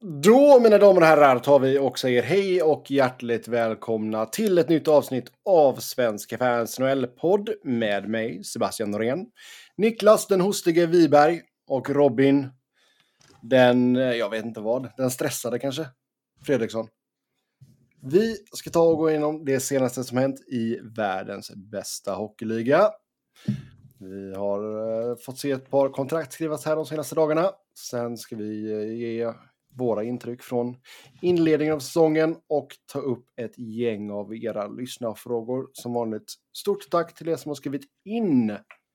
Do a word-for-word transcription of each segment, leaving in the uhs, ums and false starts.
Då, mina damer och herrar, tar vi och säger hej och hjärtligt välkomna till ett nytt avsnitt av Svenska fans N H L-podd med mig, Sebastian Norén, Niklas den hostige Wiberg och Robin, den, jag vet inte vad, den stressade kanske, Fredriksson. Vi ska ta och gå igenom det senaste som hänt i världens bästa hockeyliga. Vi har uh, fått se ett par kontrakt skrivas här de senaste dagarna. Sen ska vi uh, ge våra intryck från inledningen av säsongen och ta upp ett gäng av era lyssnarfrågor. Som vanligt, stort tack till er som har skrivit in.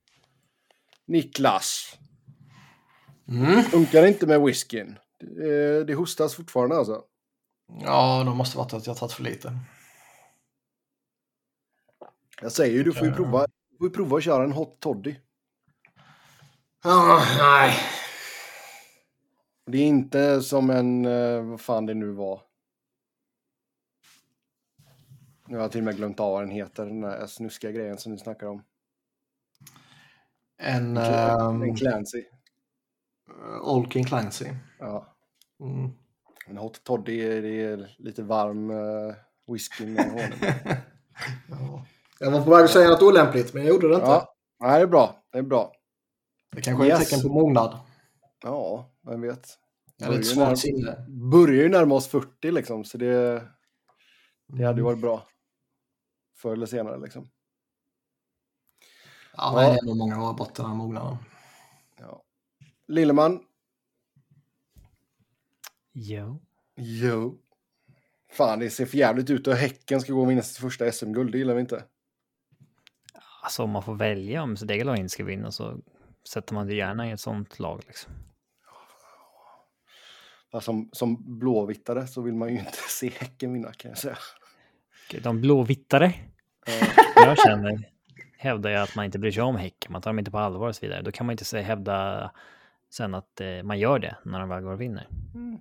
Niklas. Mm. Funkar det inte med whiskyn? Det, det hostas fortfarande alltså. Ja, det måste varit att jag tagit för lite. Jag säger ju, du får ju prova, du får ju prova att köra en hot toddy. Oh, nej. Det är inte som en, vad fan det nu var. Nu har jag till och med glömt av vad den heter, den där snuskiga grejen som ni snackar om. En... En Um, Clancy. Old King Clancy. Ja. Mm. En hot toddy är, det är lite varm uh, whisky med honung. Ja. Jag var på väg att säga något olämpligt, men jag gjorde det inte. Ja, nej, det är bra. Det är bra. Det kanske är ett Yes. tecken på mognad. Ja, vem vet. Eller ett svagt sinne. Börjar ju närma oss fyrtio liksom, så det, det hade ju varit bra. Förr eller senare liksom. Ja, men det är nog många år bort den här mognaden. Ja. Lilleman. Jo. Jo. Fan, det ser för jävligt ut och Häcken ska gå och vinna sitt första S M-guld, det gillar vi inte. Alltså om man får välja om sitt eget lag inte ska vinna så sätter man det gärna i ett sånt lag liksom. Fast som, som blåvittare så vill man ju inte se Häcken vinna, kan jag säga. De blåvittare Ja. jag känner hävdar jag att man inte bryr sig om Häcken. Man tar dem inte på allvar och så vidare. Då kan man inte säga, hävda sen att eh, man gör det när de väl går och vinner. Mm.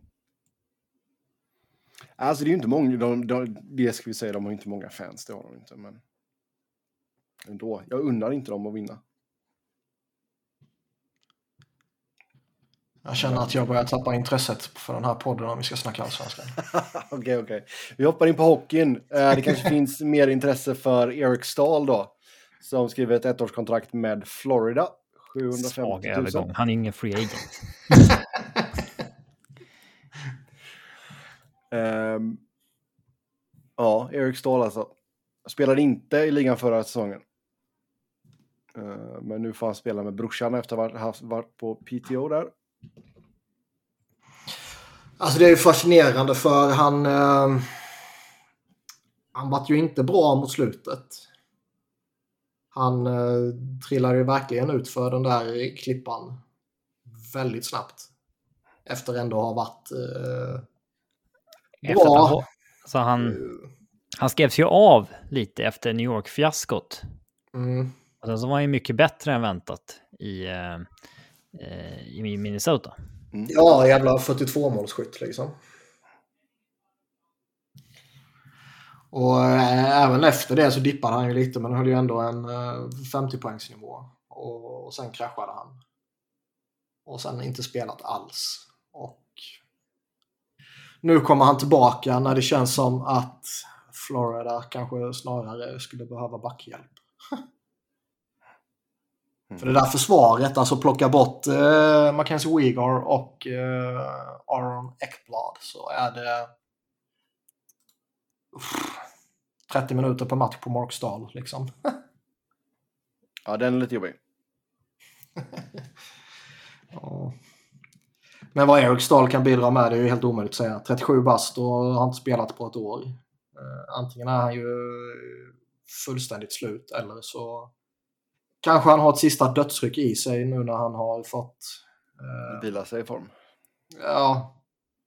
Alltså det är ju inte många, de, de, det ska vi säga, de har inte många fans, det har de inte, men ändå, jag undrar inte dem att vinna. Jag känner att jag börjar tappa intresset för den här podden om vi ska snacka allsvenskan. Okej, okej. Okay. Vi hoppar in på hockeyn. Det kanske finns mer intresse för Eric Stahl då, som skriver ett ettårskontrakt med Florida. sjuhundrafemtio tusen. Svag övergång. Han är ingen free agent. um, ja, Eric Stahl alltså. Spelade inte i ligan förra säsongen. Uh, men nu får han spela med brorsan efter att ha varit på P T O där. Alltså det är ju fascinerande för han eh, han var ju inte bra mot slutet. Han eh, trillade ju verkligen ut för den där klippan väldigt snabbt. Efter ändå ha varit eh, Efter bra. han, så han, han skrevs ju av lite efter New York-fiaskot. Mm. Och sen så var han ju mycket bättre än väntat i, eh, i Minnesota. Mm. Ja, jävla fyrtiotvå-målsskytt liksom. Och äh, även efter det så dippade han ju lite, men höll ju ändå en äh, femtio-poängsnivå. Och, och sen kraschade han. Och sen inte spelat alls. Och nu kommer han tillbaka när det känns som att Florida kanske snarare skulle behöva backhjälp. Mm. För det där försvaret, alltså plocka bort eh, Mackenzie Weegar och eh, Aaron Ekblad, så är det uff, trettio minuter per match på Mark Stahl liksom. Ja, den är lite jobbig. Ja. Men vad Eric Stahl kan bidra med, det är ju helt omöjligt att säga. trettiosju bast och har inte spelat på ett år. Eh, antingen är han ju fullständigt slut eller så kanske han har ett sista dödsryck i sig nu när han har fått eh, vila sig i form. Ja.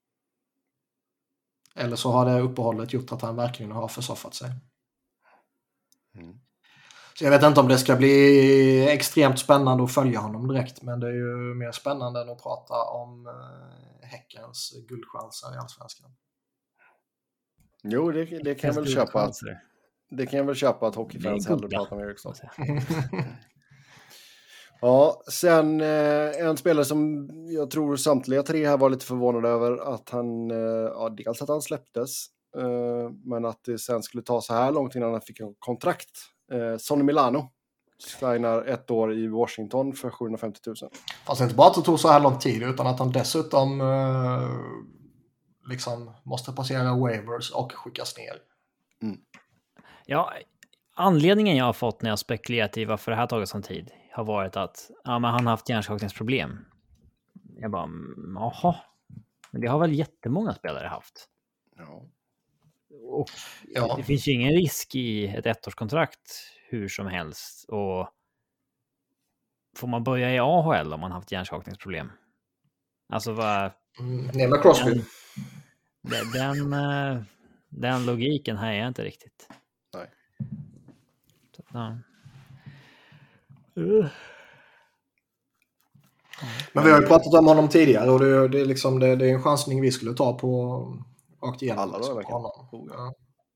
Eller så har det uppehållet gjort att han verkligen har försoffat sig. Mm. Så jag vet inte om det ska bli extremt spännande att följa honom direkt, men det är ju mer spännande än att prata om eh, Häckens guldchanser i Allsvenskan. Jo, det, det kan jag väl köpa. Att, det kan jag väl köpa att hockeyfans hellre pratar med Eriksson. Ja, sen eh, en spelare som jag tror samtliga tre här var lite förvånade över att han, eh, ja, dels att han släpptes, eh, men att det sen skulle ta så här långt innan han fick en kontrakt. Eh, Sonny Milano signar ett år i Washington för sjuhundrafemtio tusen. Fast inte bara att det tog så här lång tid, utan att han dessutom eh, liksom måste passera waivers och skickas ner. Mm. Ja, anledningen jag har fått när jag spekulerat i varför det här tagit sån tid har varit att ja, men han har haft hjärnskakningsproblem. Jag bara, mm, jaha. Men det har väl jättemånga spelare haft. Ja. Och Ja. det finns ju ingen risk i ett ettårskontrakt hur som helst. Och får man börja i A H L om man haft hjärnskakningsproblem? Alltså vad... Mm, ner med Crosby. Den, den, den, den logiken här är inte riktigt. Nej. Så, ja. Uh. Men vi har ju pratat om honom tidigare och det, det, är, liksom, det, det är en chansning vi skulle ta på rakt igenom. Alla liksom, då, verkligen. honom. Ja.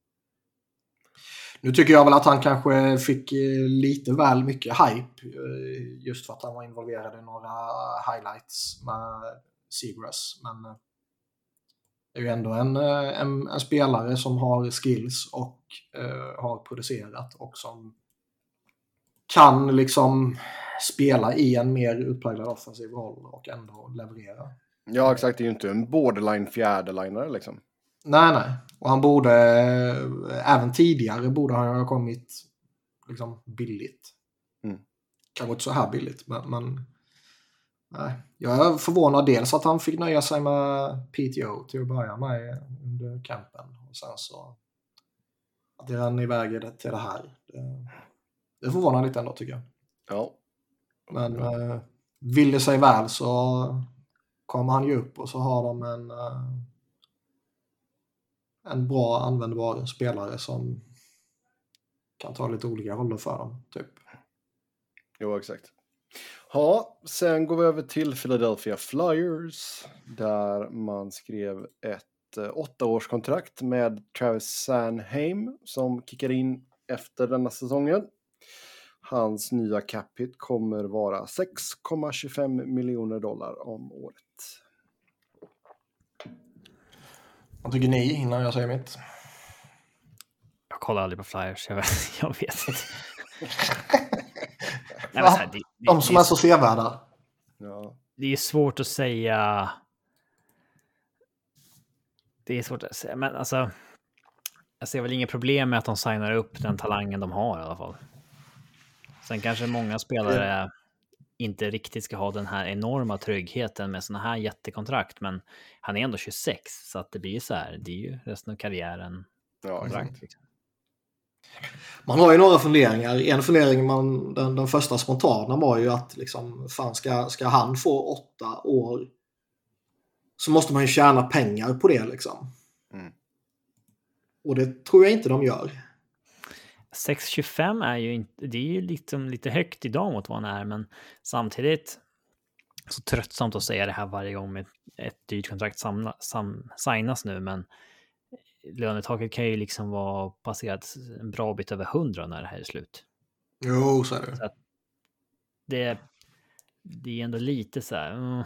Nu tycker jag väl att han kanske fick lite väl mycket hype just för att han var involverad i några highlights med Seagrass. Men det är ju ändå en, en, en spelare som har skills och uh, har producerat och som kan liksom spela i en mer utpräglad offensiv roll och ändå leverera. Ja, exakt. Det är ju inte en borderline fjärdelinare liksom. Nej, nej. Och han borde, även tidigare borde han ha kommit liksom billigt. Mm. Kanske inte så här billigt, men, men nej. Jag är förvånad dels att han fick nöja sig med P T O till att börja med under campen. Och sen så att det rann iväg det till det här. Det, det förvånar lite ändå tycker jag. Ja. Men eh, vill det sig väl så kommer han ju upp och så har de en eh, en bra användbar spelare som kan ta lite olika roller för dem, typ. Jo, exakt. Ja, sen går vi över till Philadelphia Flyers där man skrev ett eh, åttaårskontrakt med Travis Sanheim som kickar in efter denna säsongen. Hans nya cap hit kommer vara sex komma tjugofem miljoner dollar om året. Vad tycker ni innan jag säger mitt? Jag kollar aldrig på Flyers, jag vet, jag vet inte. Nej, men så här, det, det, de som det, är så sevärda. Ja. Det är svårt att säga. Det är svårt att säga, men alltså jag ser väl inget problem med att de signar upp den talangen de har i alla fall. Sen kanske många spelare mm. inte riktigt ska ha den här enorma tryggheten med såna här jättekontrakt, men han är ändå tjugosex så att det blir så här, det är ju resten av karriären. Ja, kontrakt, liksom. Man har ju några funderingar. En fundering, man, den, den första spontana var ju att liksom, fan, ska, ska han få åtta år så måste man ju tjäna pengar på det liksom. Mm. Och det tror jag inte de gör. sex komma tjugofem är ju inte, det är ju liksom lite högt idag mot vad han är, men samtidigt så tröttsamt att säga det här varje gång med ett dyrt kontrakt samla, sam, signas nu, men lönetaket kan ju liksom vara passerat en bra bit över hundra när det här är slut. Jo, så är det. Så att det, det är ändå lite så här. Mm,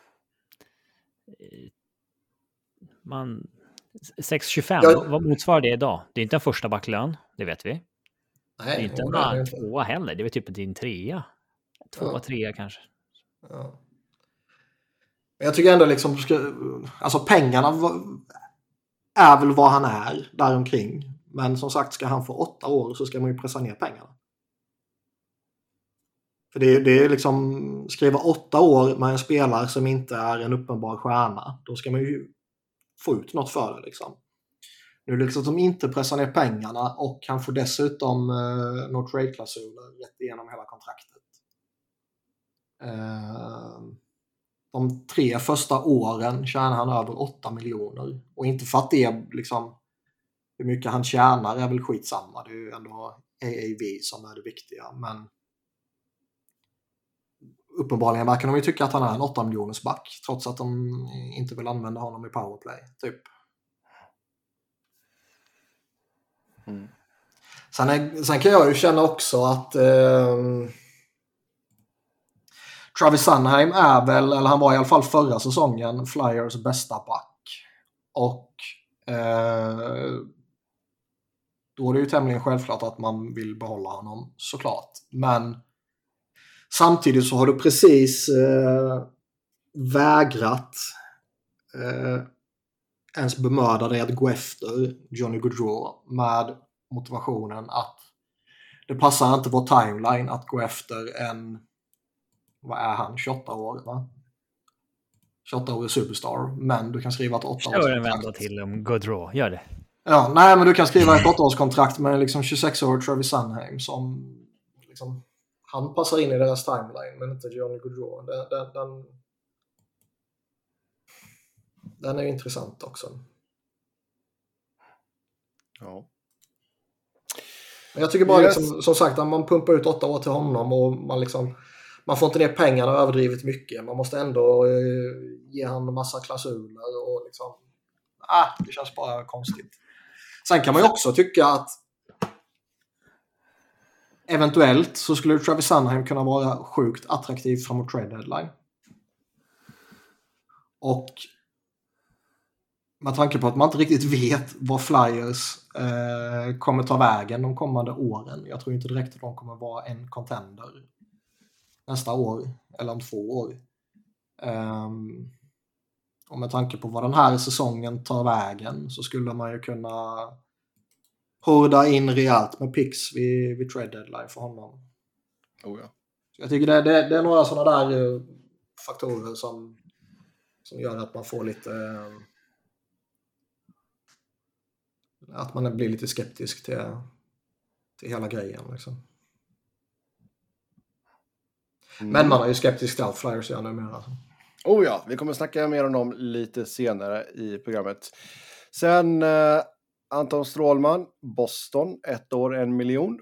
man sex komma tjugofem, ja. Vad motsvarar det idag? Det är inte en första backlön, det vet vi. Nej, det är inte en det tvåa heller, det är typ din trea. Tvåa, ja. trea kanske. Ja. Jag tycker ändå liksom, alltså pengarna är väl vad han är där omkring. Men som sagt, ska han få åtta år så ska man ju pressa ner pengarna. För det är, det är liksom, skriva åtta år med en spelare som inte är en uppenbar stjärna. Då ska man ju få ut något för det liksom. Nu är det liksom att de inte pressar ner pengarna och han får dessutom eh, no trade-klausuler rätt igenom hela kontraktet. Eh, de tre första åren tjänar han över åtta miljoner. Och inte för att det är liksom hur mycket han tjänar är väl skitsamma. Det är ju ändå A A V som är det viktiga. Men uppenbarligen verkar de ju tycka att han är en åtta miljoners back trots att de inte vill använda honom i powerplay, typ. Mm. Sen, är, sen kan jag ju känna också att eh, Travis Sunheim är väl, eller han var i alla fall förra säsongen, Flyers bästa back. Och eh, då är det ju tämligen självklart att man vill behålla honom, såklart. Men samtidigt så har du precis eh, vägrat eh, ens bemöda dig att gå efter Johnny Gaudreau med motivationen att det passar inte vår timeline att gå efter en, vad är han, tjugoåtta år, va? tjugoåtta-årig superstar, men du kan skriva ett åtta-årskontrakt. Kör en vända till om Gaudreau, gör det. Ja, nej, men du kan skriva ett åtta-årskontrakt med liksom tjugosex-årig Travis Sunheim som liksom, han passar in i deras timeline, men inte Johnny Gaudreau. Den, den, den, den är ju intressant också. Ja. Men jag tycker bara yes. liksom, som sagt, att man pumpar ut åtta år till honom och man liksom man får inte ner pengarna överdrivet mycket. Man måste ändå eh, ge han en massa klausuler och liksom ah, det känns bara konstigt. Sen kan man ju också tycka att eventuellt så skulle Travis Sunheim kunna vara sjukt attraktiv framåt trade deadline. Och med tanke på att man inte riktigt vet vad Flyers eh, kommer ta vägen de kommande åren. Jag tror inte direkt att de kommer vara en contender nästa år eller om två år. Um, och med tanke på vad den här säsongen tar vägen så skulle man ju kunna hårda in rejält med picks vid, vid trade deadline för honom. Oh ja. Så jag tycker det, det, det är några sådana där uh, faktorer som, som gör att man får lite uh, att man blir lite skeptisk till, till hela grejen liksom. Mm. Men man är ju skeptisk till allt Flyers gör numera. Alltså. Oh ja, vi kommer snacka mer om dem lite senare i programmet. Sen eh, Anton Strålman, Boston, ett år, en miljon.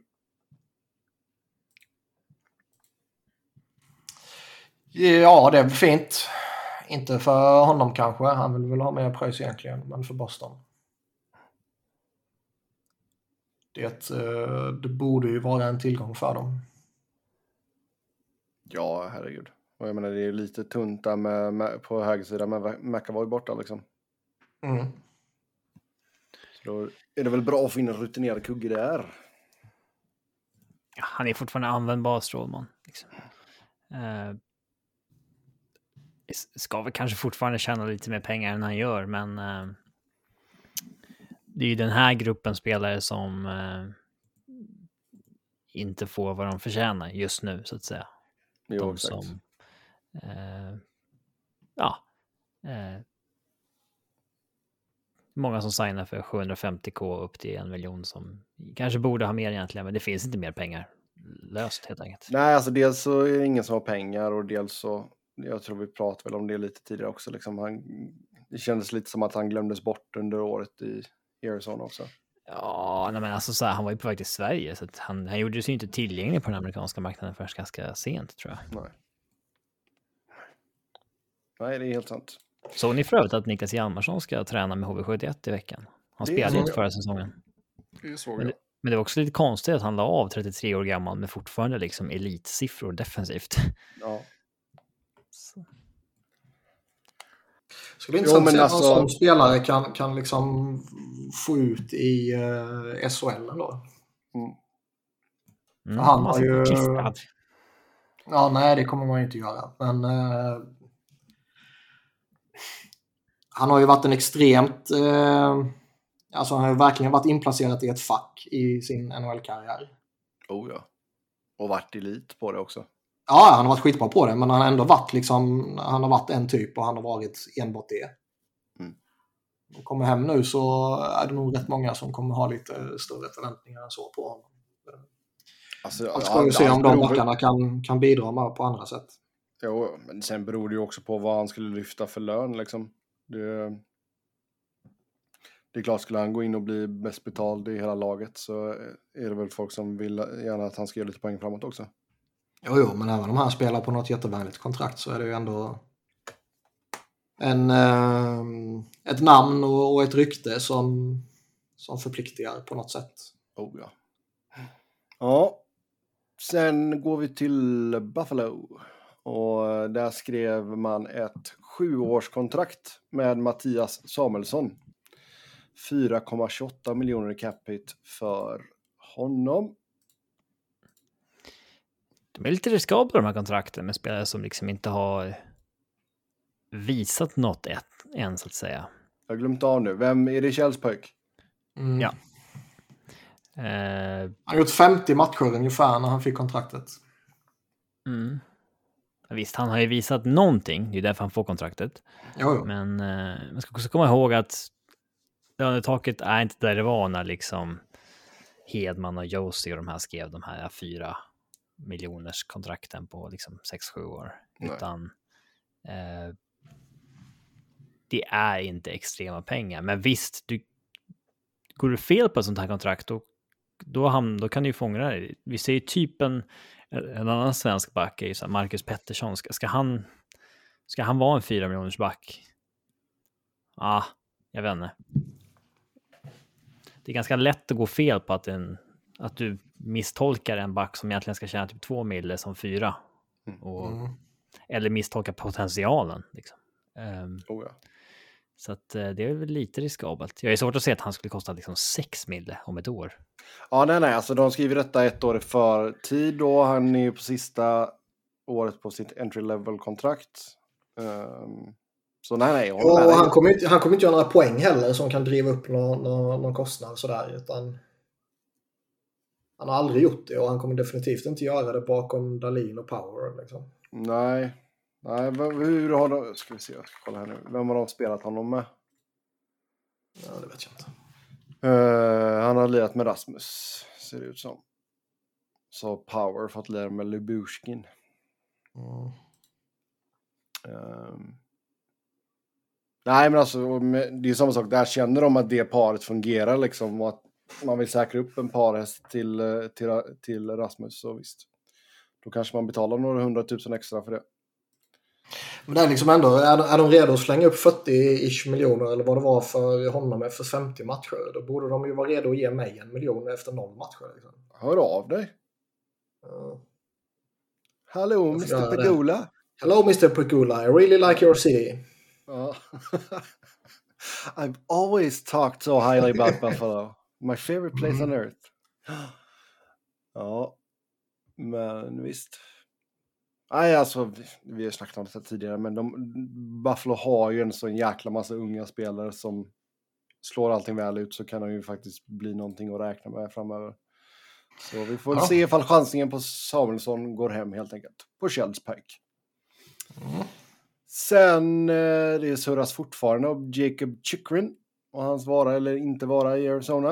Ja, det är fint. Inte för honom kanske. Han vill väl ha mer pröjs egentligen, men för Boston. Det, det borde ju vara en tillgång för dem. Ja, herregud. Och jag menar, det är lite tunt där med, med, på högersidan med McAvoy borta liksom. Mm. Så då är det väl bra att få in en rutinerad kugge där. Ja, han är fortfarande användbar, Strålman. Liksom. Uh, ska väl kanske fortfarande tjäna lite mer pengar än han gör, men uh, det är ju den här gruppen spelare som uh, inte får vad de förtjänar just nu, så att säga. Jo, de exakt. som uh, ja uh, många som signar för sjuhundrafemtio k upp till en miljon som kanske borde ha mer egentligen, men det finns inte mer pengar löst helt enkelt. Nej, alltså dels så är det ingen som har pengar och dels så, jag tror vi pratade väl om det lite tidigare också, liksom han, det kändes lite som att han glömdes bort under året i Arizona också. Ja, nej, men alltså så här, han var ju på väg till Sverige så att han, han gjorde sig inte tillgänglig på den amerikanska marknaden först ganska sent, tror jag. Nej. Nej, det är helt sant. Så ni för övrigt att Niklas Hjalmarsson ska träna med H V sjuttioett i veckan? Han spelade ju inte förra säsongen. Det såg men, jag. det, men det var också lite konstigt att han la av trettiotre år gammal med fortfarande liksom elitsiffror defensivt. Ja. Så. Skulle inte säga att alltså... som spelare kan, kan liksom få ut i uh, S H L då. Mm. Mm, han har ju... Klistrad. Ja, nej, det kommer man ju inte göra. Men uh, han har ju varit en extremt... Uh, alltså han har ju verkligen varit inplacerat i ett fack i sin N H L-karriär. Oh ja. Och varit elit på det också. Ja, han har varit skitbra på det, men han har ändå varit liksom, han har varit en typ och han har varit enbart det. Mm. Och kommer hem nu så är det nog rätt många som kommer ha lite större förväntningar än så på honom. Alltså, jag ska ju se om de backarna kan, kan bidra med på andra sätt. Jo, men sen beror det ju också på vad han skulle lyfta för lön liksom. Det, det är klart, skulle han gå in och bli bäst betald i hela laget så är det väl folk som vill gärna att han ska göra lite poäng framåt också. Jo, jo, men även om han spelar på något jättevänligt kontrakt så är det ju ändå en, eh, ett namn och, och ett rykte som, som förpliktigar på något sätt. Oh ja. Ja. Sen går vi till Buffalo Och där skrev man ett sjuårskontrakt med Mattias Samuelsson. fyra komma tjugoåtta miljoner i capita för honom. De är lite riskabla de här kontrakten med spelare som liksom inte har visat något ett, än så att säga. Jag har glömt av nu. Vem är det, Kjells pojk? Mm. Ja. Eh, Han har gjort femtio matcher ungefär när han fick kontraktet. mm. Visst, han har ju visat någonting. Det är därför han får kontraktet. Jo, jo. Men eh, man ska också komma ihåg att lönetaket är inte där det var när liksom Hedman och Josie och de här skrev de här fyra miljoners kontrakten på liksom sex sju år. Nej. Utan eh, det är inte extrema pengar. Men visst, du, går du fel på ett sånt här kontrakt då, då, ham, då kan du ju fånga det. Vi ser ju typ en, en annan svensk back, är ju Marcus Pettersson. Ska, ska, han, ska han vara en fyra miljoners back? Ja, ah, jag vet inte. Det är ganska lätt att gå fel på att, en, att du misstolkar en back som egentligen ska tjäna typ två mille som fyra. Och, Mm. eller misstolka potentialen. Liksom. Um, Oh, ja. Så att, uh, det är väl lite riskabelt. Jag är svårt att se att han skulle kosta liksom sex mille om ett år. Ja, nej, nej. Alltså de skriver detta ett år i förtid då. Han är ju på sista året på sitt entry-level-kontrakt. Um, så nej, nej. Och nej, han kommer inte, han kommer inte göra några poäng heller som kan driva upp någon, någon, någon kostnad sådär. Utan han har aldrig gjort det och han kommer definitivt inte göra det bakom Dahlin och Power. Liksom. Nej. Nej, hur har de... Ska vi se, jag ska kolla här nu. Vem har de spelat honom med? Ja, det vet jag inte. Uh, han har lirat med Rasmus, ser det ut som. Så Power fått lira med Lyubushkin. Mm. Um, nej, men alltså det är samma sak. Där känner de att det paret fungerar liksom. Och att man vill säkra upp en parhäst till, till, till Rasmus, så visst. Då kanske man betalar några hundratusen extra för det. Men det är liksom ändå, är, är de redo att slänga upp fyrtio-ish miljoner eller vad det var för honom efter femtio matcher, då borde de ju vara redo att ge mig en miljon efter noll matcher. Liksom. Hör av dig. Uh, Hallå, mister Pegula. Hello, mister Pegula. I really like your city. Uh, I've always talked so highly about Buffalo. My favorite place mm. on earth. Ja, men visst. Nej, alltså, vi, vi har snackat om det tidigare, men de, Buffalo har ju en sån jäkla massa unga spelare som slår allting väl ut, så kan de ju faktiskt bli någonting att räkna med framöver. Så vi får ja. se ifall chansningen på Samuelsson går hem helt enkelt. På Kjells pike. Mm. Sen, eh, det surras fortfarande om Jacob Chychrun och hans vara eller inte vara i Arizona.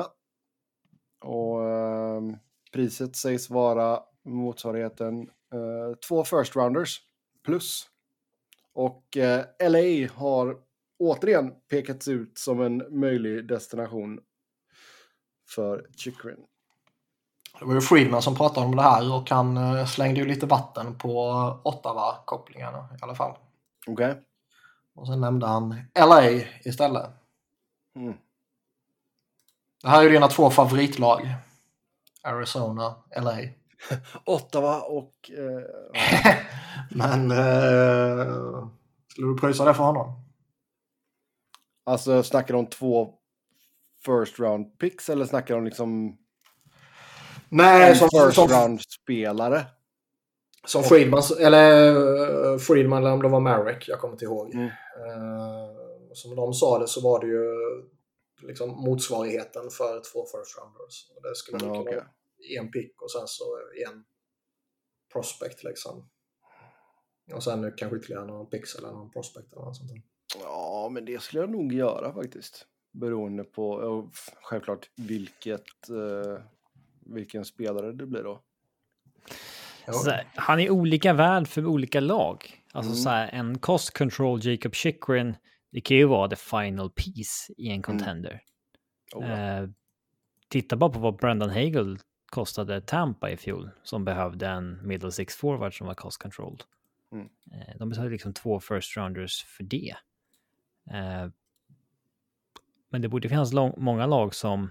Och eh, priset sägs vara motsvarigheten Uh, två first rounders plus. Och uh, L A har återigen pekats ut som en möjlig destination för Chychrun. Det var ju Friedman som pratade om det här och han uh, slängde ju lite vatten på Ottawa-kopplingarna i alla fall. Okej. Okay. Och sen nämnde han L A istället. Mm. Det här är ju dina två favoritlag. Arizona, L A. Ottawa och... Eh, Men eh, skulle du pröjsa det för honom? Alltså snackar de två first round picks eller snackar de liksom Nej, som first som, round spelare? Som Friedman eller uh, Friedman eller om det var Marek, jag kommer inte ihåg. Mm. Uh, som de sa det så var det ju liksom motsvarigheten för två first rounders. Och det skulle mm, okay. en pick och sen så en prospect liksom. Och sen kanske ytterligare någon pix eller någon prospect eller något sånt där. Ja, men det skulle jag nog göra faktiskt. Beroende på och självklart vilket uh, vilken spelare det blir då. Så, han är olika värd för olika lag. Alltså mm. så här, en cost control Jacob Chychrun, det kan ju vara the final piece i en contender. Mm. Oh, ja. uh, titta bara på vad Brendan Hagel kostade Tampa i fjol, som behövde en middle six forward som var cost controlled. Mm. Uh, de betalade liksom två first rounders för det. Uh, men det borde finnas lång, många lag som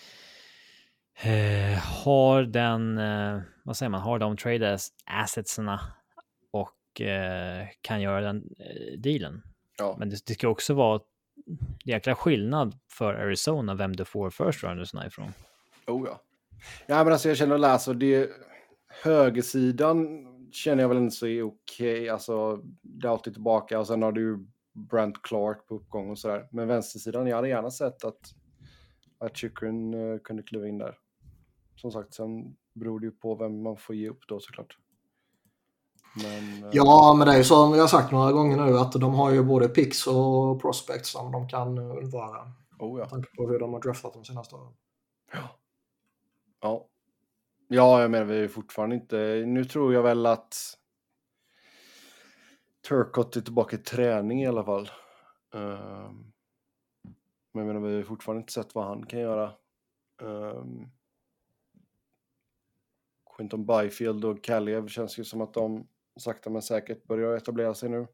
Uh, har den, uh, vad säger man, har de traders assetsarna och och eh, kan göra den eh, dealen. Ja. Men det, det ska också vara jäkla skillnad för Arizona vem du får first roundersna ifrån. Oh ja. Ja, men alltså jag känner att läsa det högersidan känner jag väl inte så är okej. Alltså Doughty tillbaka och sen har du Brent Clark på uppgång och sådär. Men vänstersidan, jag hade gärna sett att, att Chychrun uh, kunde kliva in där. Som sagt, sen beror det ju på vem man får ge upp då såklart. Men, uh... Ja, men det är ju som jag har sagt några gånger nu att de har ju både picks och prospects som de kan undvara. Oh ja. Med tanke på hur de har draftat de senaste åren. Ja. Ja. Ja, jag menar vi är fortfarande inte... Nu tror jag väl att Turcotte är tillbaka i träning i alla fall. Um, men jag menar vi har fortfarande inte sett vad han kan göra. Um, Quinton Byfield och Kaliev känns ju som att de sakta men säkert börjar etablera sig nu.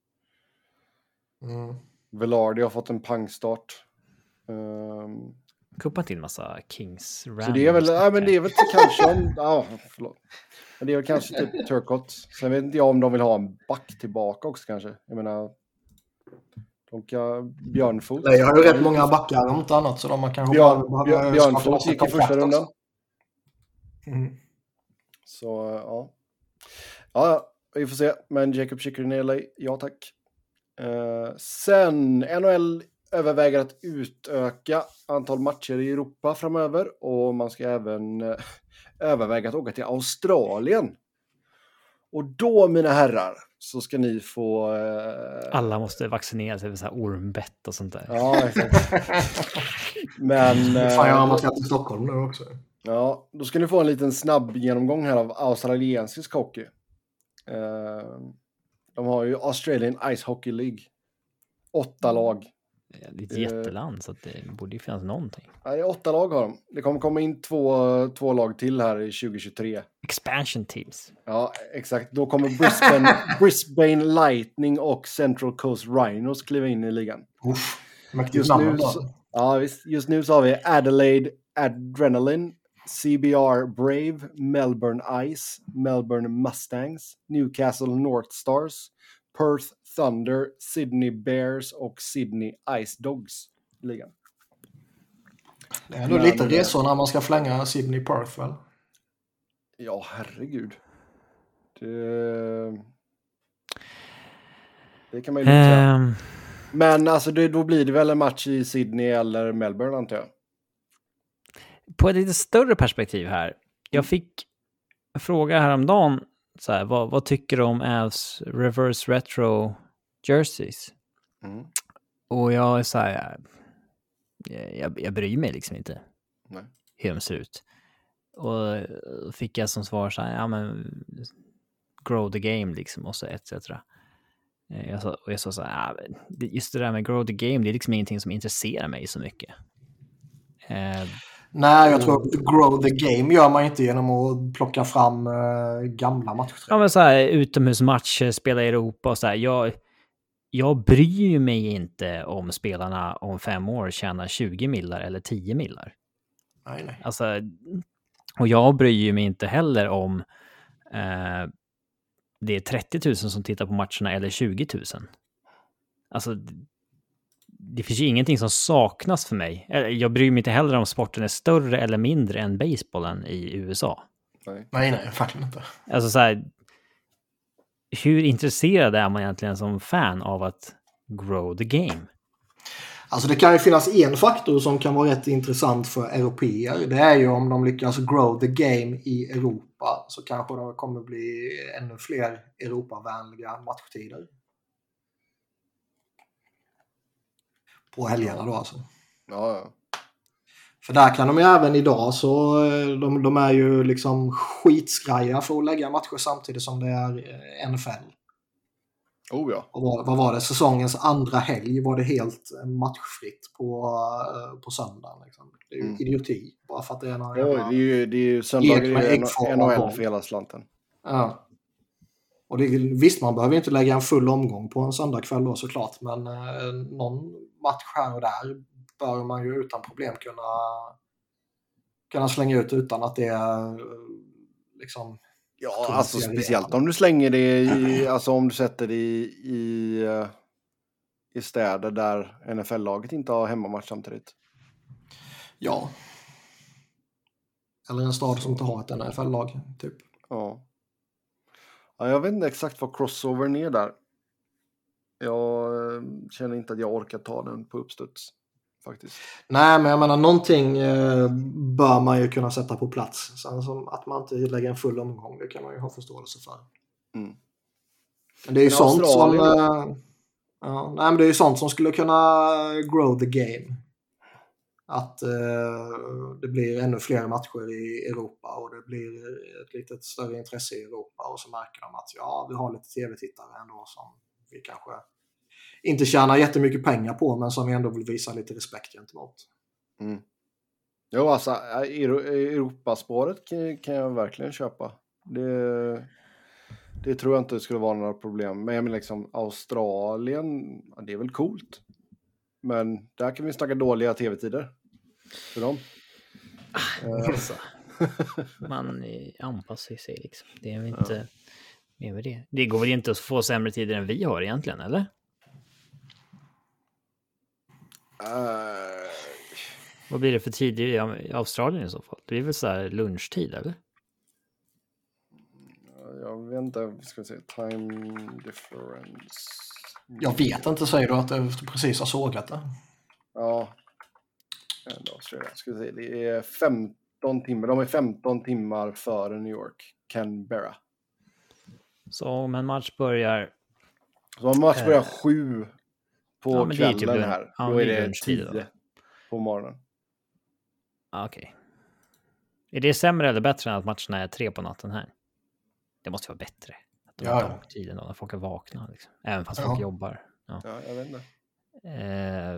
Mm. Velarde har fått en pangstart. Um, Kuppat in massa Kings så det är väl, ja, men det är väl kanske en, ja, förlåt. Men det är väl kanske typ Turcotte. Sen vet inte jag om de vill ha en back tillbaka också kanske. Jag menar, de kan Björnfot. Nej, jag har ju rätt många backar om inte annat så de kanske Björn, bara Björn, Björnfot gick i första rundan. Mm. Så ja. Ja, vi får se. Men Jacob Chychrun i L A, ja tack. Uh, sen N H L överväger att utöka antal matcher i Europa framöver och man ska även uh, överväga att åka till Australien. Och då, mina herrar, så ska ni få... Uh... Alla måste vaccinera sig för så här ormbett och sånt där. Ja, exakt. Men... Uh... Fan, jag har man ska till Stockholm nu också. Ja, då ska ni få en liten snabb genomgång här av australiensisk hockey. Uh... De har ju Australian Ice Hockey League. Åtta lag. Det är ett jätteland så att det borde ju finnas någonting. Nej, åtta lag har de. Det kommer komma in två, två lag till här i tjugo tjugotre. Expansion teams. Ja, exakt. Då kommer Brisbane, Brisbane Lightning och Central Coast Rhinos kliva in i ligan. Uff, just, nu så, ja, visst, just nu så har vi Adelaide Adrenaline, C B R Brave, Melbourne Ice, Melbourne Mustangs, Newcastle North Stars, Perth Thunder, Sydney Bears och Sydney Ice Dogs i ligan. Det är ändå lite resor när man ska flänga Sydney Perth väl? Ja, herregud. Det, det kan man ju lite säga. Um... Men alltså det, då blir det väl en match i Sydney eller Melbourne antar jag. På ett lite större perspektiv här. Jag fick en fråga häromdagen. Så här, vad, vad tycker du om Avs reverse retro jerseys? Mm. Och jag är så här, jag, jag, jag bryr mig liksom inte. Nej. Hur de ser ut. Och fick jag som svar så här, ja men grow the game liksom och så et cetera. Jag sa, och jag sa så här, ja, just det där med grow the game, det är liksom ingenting som intresserar mig så mycket. Eh, Nej, jag tror att grow the game gör man inte genom att plocka fram uh, gamla matcher. Ja, men så här utomhusmatcher, spela i Europa och så här. Jag, jag bryr mig inte om spelarna om fem år tjänar tjugo millar eller tio millar. Nej, nej. Alltså, och jag bryr mig inte heller om eh, det är trettio tusen som tittar på matcherna eller tjugo tusen. Alltså, det finns ju ingenting som saknas för mig. Jag bryr mig inte heller om sporten är större eller mindre än basebollen i U S A. Nej, nej, nej faktiskt inte. Alltså så här, hur intresserad är man egentligen som fan av att grow the game? Alltså det kan ju finnas en faktor som kan vara rätt intressant för europeer. Det är ju om de lyckas grow the game i Europa så kanske det kommer bli ännu fler Europavänliga matchtider. På helgerna då alltså. Ja, ja. För där kan de ju även idag så de, de är ju liksom skitskraja för att lägga matcher samtidigt som det är N F L. Oh ja. Och vad, vad var det? Säsongens andra helg var det helt matchfritt på, på söndagen. Liksom. Det är ju mm. idioti. Bara för att det är några... Ja, det är ju, det är ju söndagar i N H L för hela slanten. Ja. Och det, visst, man behöver inte lägga en full omgång på en söndagkväll då såklart. Men eh, någon match här och där bör man ju utan problem kunna, kunna slänga ut utan att det liksom Ja, alltså speciellt om du slänger det i, alltså om du sätter det i, i, i städer där N F L-laget inte har hemmamatch samtidigt. Ja. Eller en stad som inte har ett N F L-lag, typ. Ja. Ja, jag vet inte exakt vad crossovern är där. Jag känner inte att jag orkar ta den på uppstuds, faktiskt. Nej, men jag menar, någonting eh, bör man ju kunna sätta på plats. Sen som att man inte lägger en full omgång, det kan man ju ha förståelse för. Mm. Men det är ju men sånt som... Eh, ja, nej, men det är ju sånt som skulle kunna grow the game. Att eh, det blir ännu fler matcher i Europa och det blir ett lite större intresse i Europa, och så märker de att ja, vi har lite tv-tittare ändå som vi kanske inte tjänar jättemycket pengar på, men som vi ändå vill visa lite respekt gentemot. Mm. Jo, alltså Europaspåret kan, kan jag verkligen köpa. Det, det tror jag inte skulle vara några problem. Men jag menar liksom Australien, ja, det är väl coolt. Men där kan vi snacka dåliga tv-tider för dem. Alltså, man anpassar sig liksom. Det är väl inte mer med det. Det går väl inte att få sämre tider än vi har egentligen, eller? Uh... Vad blir det för tid i Australien i så fall? Det är väl så här lunchtid, eller? Jag vet inte, ska vi se, time difference. Jag vet inte, säger du att du precis har sågat det? Ja. Då ska vi se, det är femton timmar. De är femton timmar före New York, Canberra. Så om en match börjar... Så om en match börjar äh... sju på ja, kvällen typ här, ja, då är det tio då. På morgonen. Okej. Okay. Är det sämre eller bättre än att matcherna är tre på natten här? Det måste vara bättre. Att de ja. har dagtiden då, när folk är vakna. Liksom. Även fast ja. folk jobbar. Ja. ja, jag vet inte. Eh...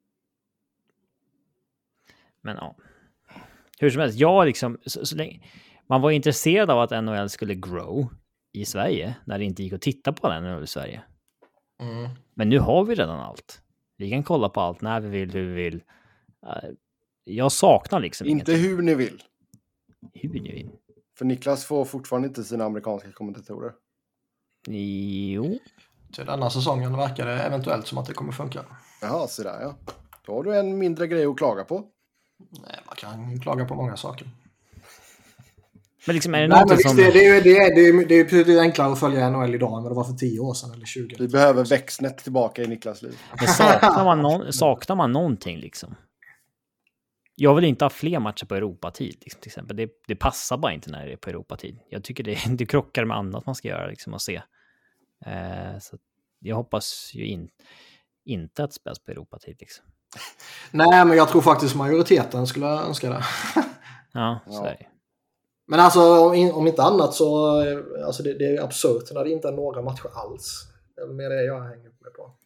Men ja. Hur som helst, jag liksom... Så, så länge... Man var intresserad av att N H L skulle grow i Sverige när det inte gick att titta på den N H L i Sverige. Mm. Men nu har vi redan allt. Vi kan kolla på allt när vi vill, hur vi vill. Jag saknar liksom inte ingenting. Hur ni vill. Hur ni vill. För Niklas får fortfarande inte sina amerikanska kommentatorer. Jo. Till denna säsongen verkar det eventuellt som att det kommer funka. Jaha, så där ja. Då har du en mindre grej att klaga på. Nej, man kan klaga på många saker. Men liksom är det Nej, något som... Det, det, är, det, är, det, är, det är betydligt enklare att följa N H L idag än vad det var för tio år sedan eller tjugo. Vi behöver växtnät tillbaka i Niklas liv. Men saknar man, no- saknar man någonting liksom? Jag vill inte ha fler matcher på Europatid liksom, till exempel. Det, det passar bara inte när det är på Europatid. Jag tycker det, det krockar med annat man ska göra liksom, och se. Eh, så jag hoppas ju in, inte att det spelas på Europatid liksom. Nej, men jag tror faktiskt majoriteten skulle önska det. Ja, så är det. Men alltså, om inte annat så alltså det, det är absurt när det inte är några matcher alls. Det är mer det jag hänger upp mig på.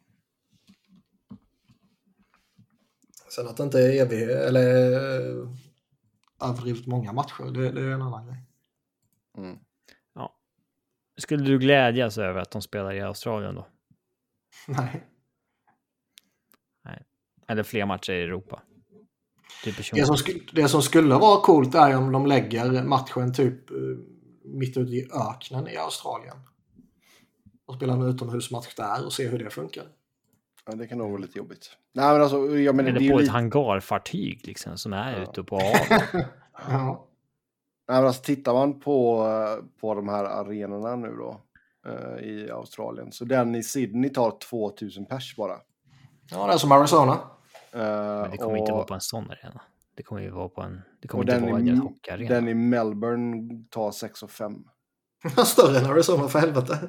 Sen att det inte är evig eller överdrivet många matcher, det, det är en annan grej. Mm. Ja. Skulle du glädjas över att de spelar i Australien då? Nej. Nej. Eller fler matcher i Europa? Typ det, som sk- det som skulle vara coolt är om de lägger matchen typ uh, mitt ute i öknen i Australien. Och spelar en utomhusmatch där och se hur det funkar. Ja, det kan nog vara lite jobbigt. Nej, men alltså, jag menar, eller det är på ett lite... hangarfartyg liksom, som är ja. ute på hav. Ja. Nej, men alltså, tittar man på, på de här arenorna nu då uh, i Australien, så den i Sydney tar tvåtusen pers bara. Ja, det är som Arizona. Uh, men det kommer och... inte vara på en sån arena. Det kommer ju vara på en... Det kommer och inte vara i, en hockeyarena. Den i Melbourne tar sex och fem. Större än Arizona, för helvete.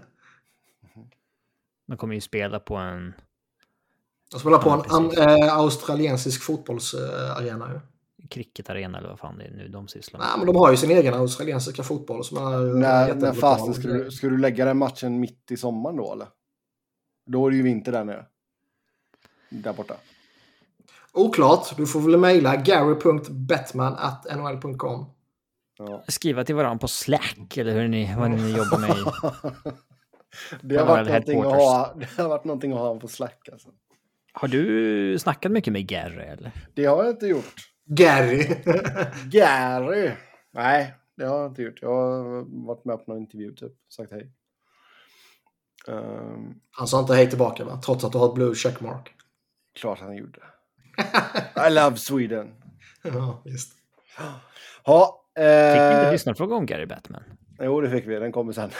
De kommer ju spela på en... De spelar på ja, en an, äh, australiensisk fotbollsarena. Äh, Cricketarena eller vad fan det är nu de sysslar med. Nej, men de har ju sin egen australiensiska fotboll som är... När, när fasen ska du, ska du lägga den matchen mitt i sommaren då, eller? Då är det ju vinter där nere. Där borta. Oklart. Du får väl mejla gary punkt bettman at n h l punkt com. Ja. Skriva till varandra på Slack eller hur ni, vad ni jobbar med i. det, har varit någonting att ha, det har varit någonting att ha på Slack alltså. Har du snackat mycket med Gary eller? Det har jag inte gjort. Gary. Gary. Nej, det har jag inte gjort. Jag har varit med på någon intervju typ. Sagt hej. Um, Han sa inte hej tillbaka va? Trots att du har ett blue checkmark. Klart han gjorde. I love Sweden. Ja, just. Ja, eh, Fick vi inte lyssna fråga om Gary Batman? Jo, det fick vi. Den kommer sen.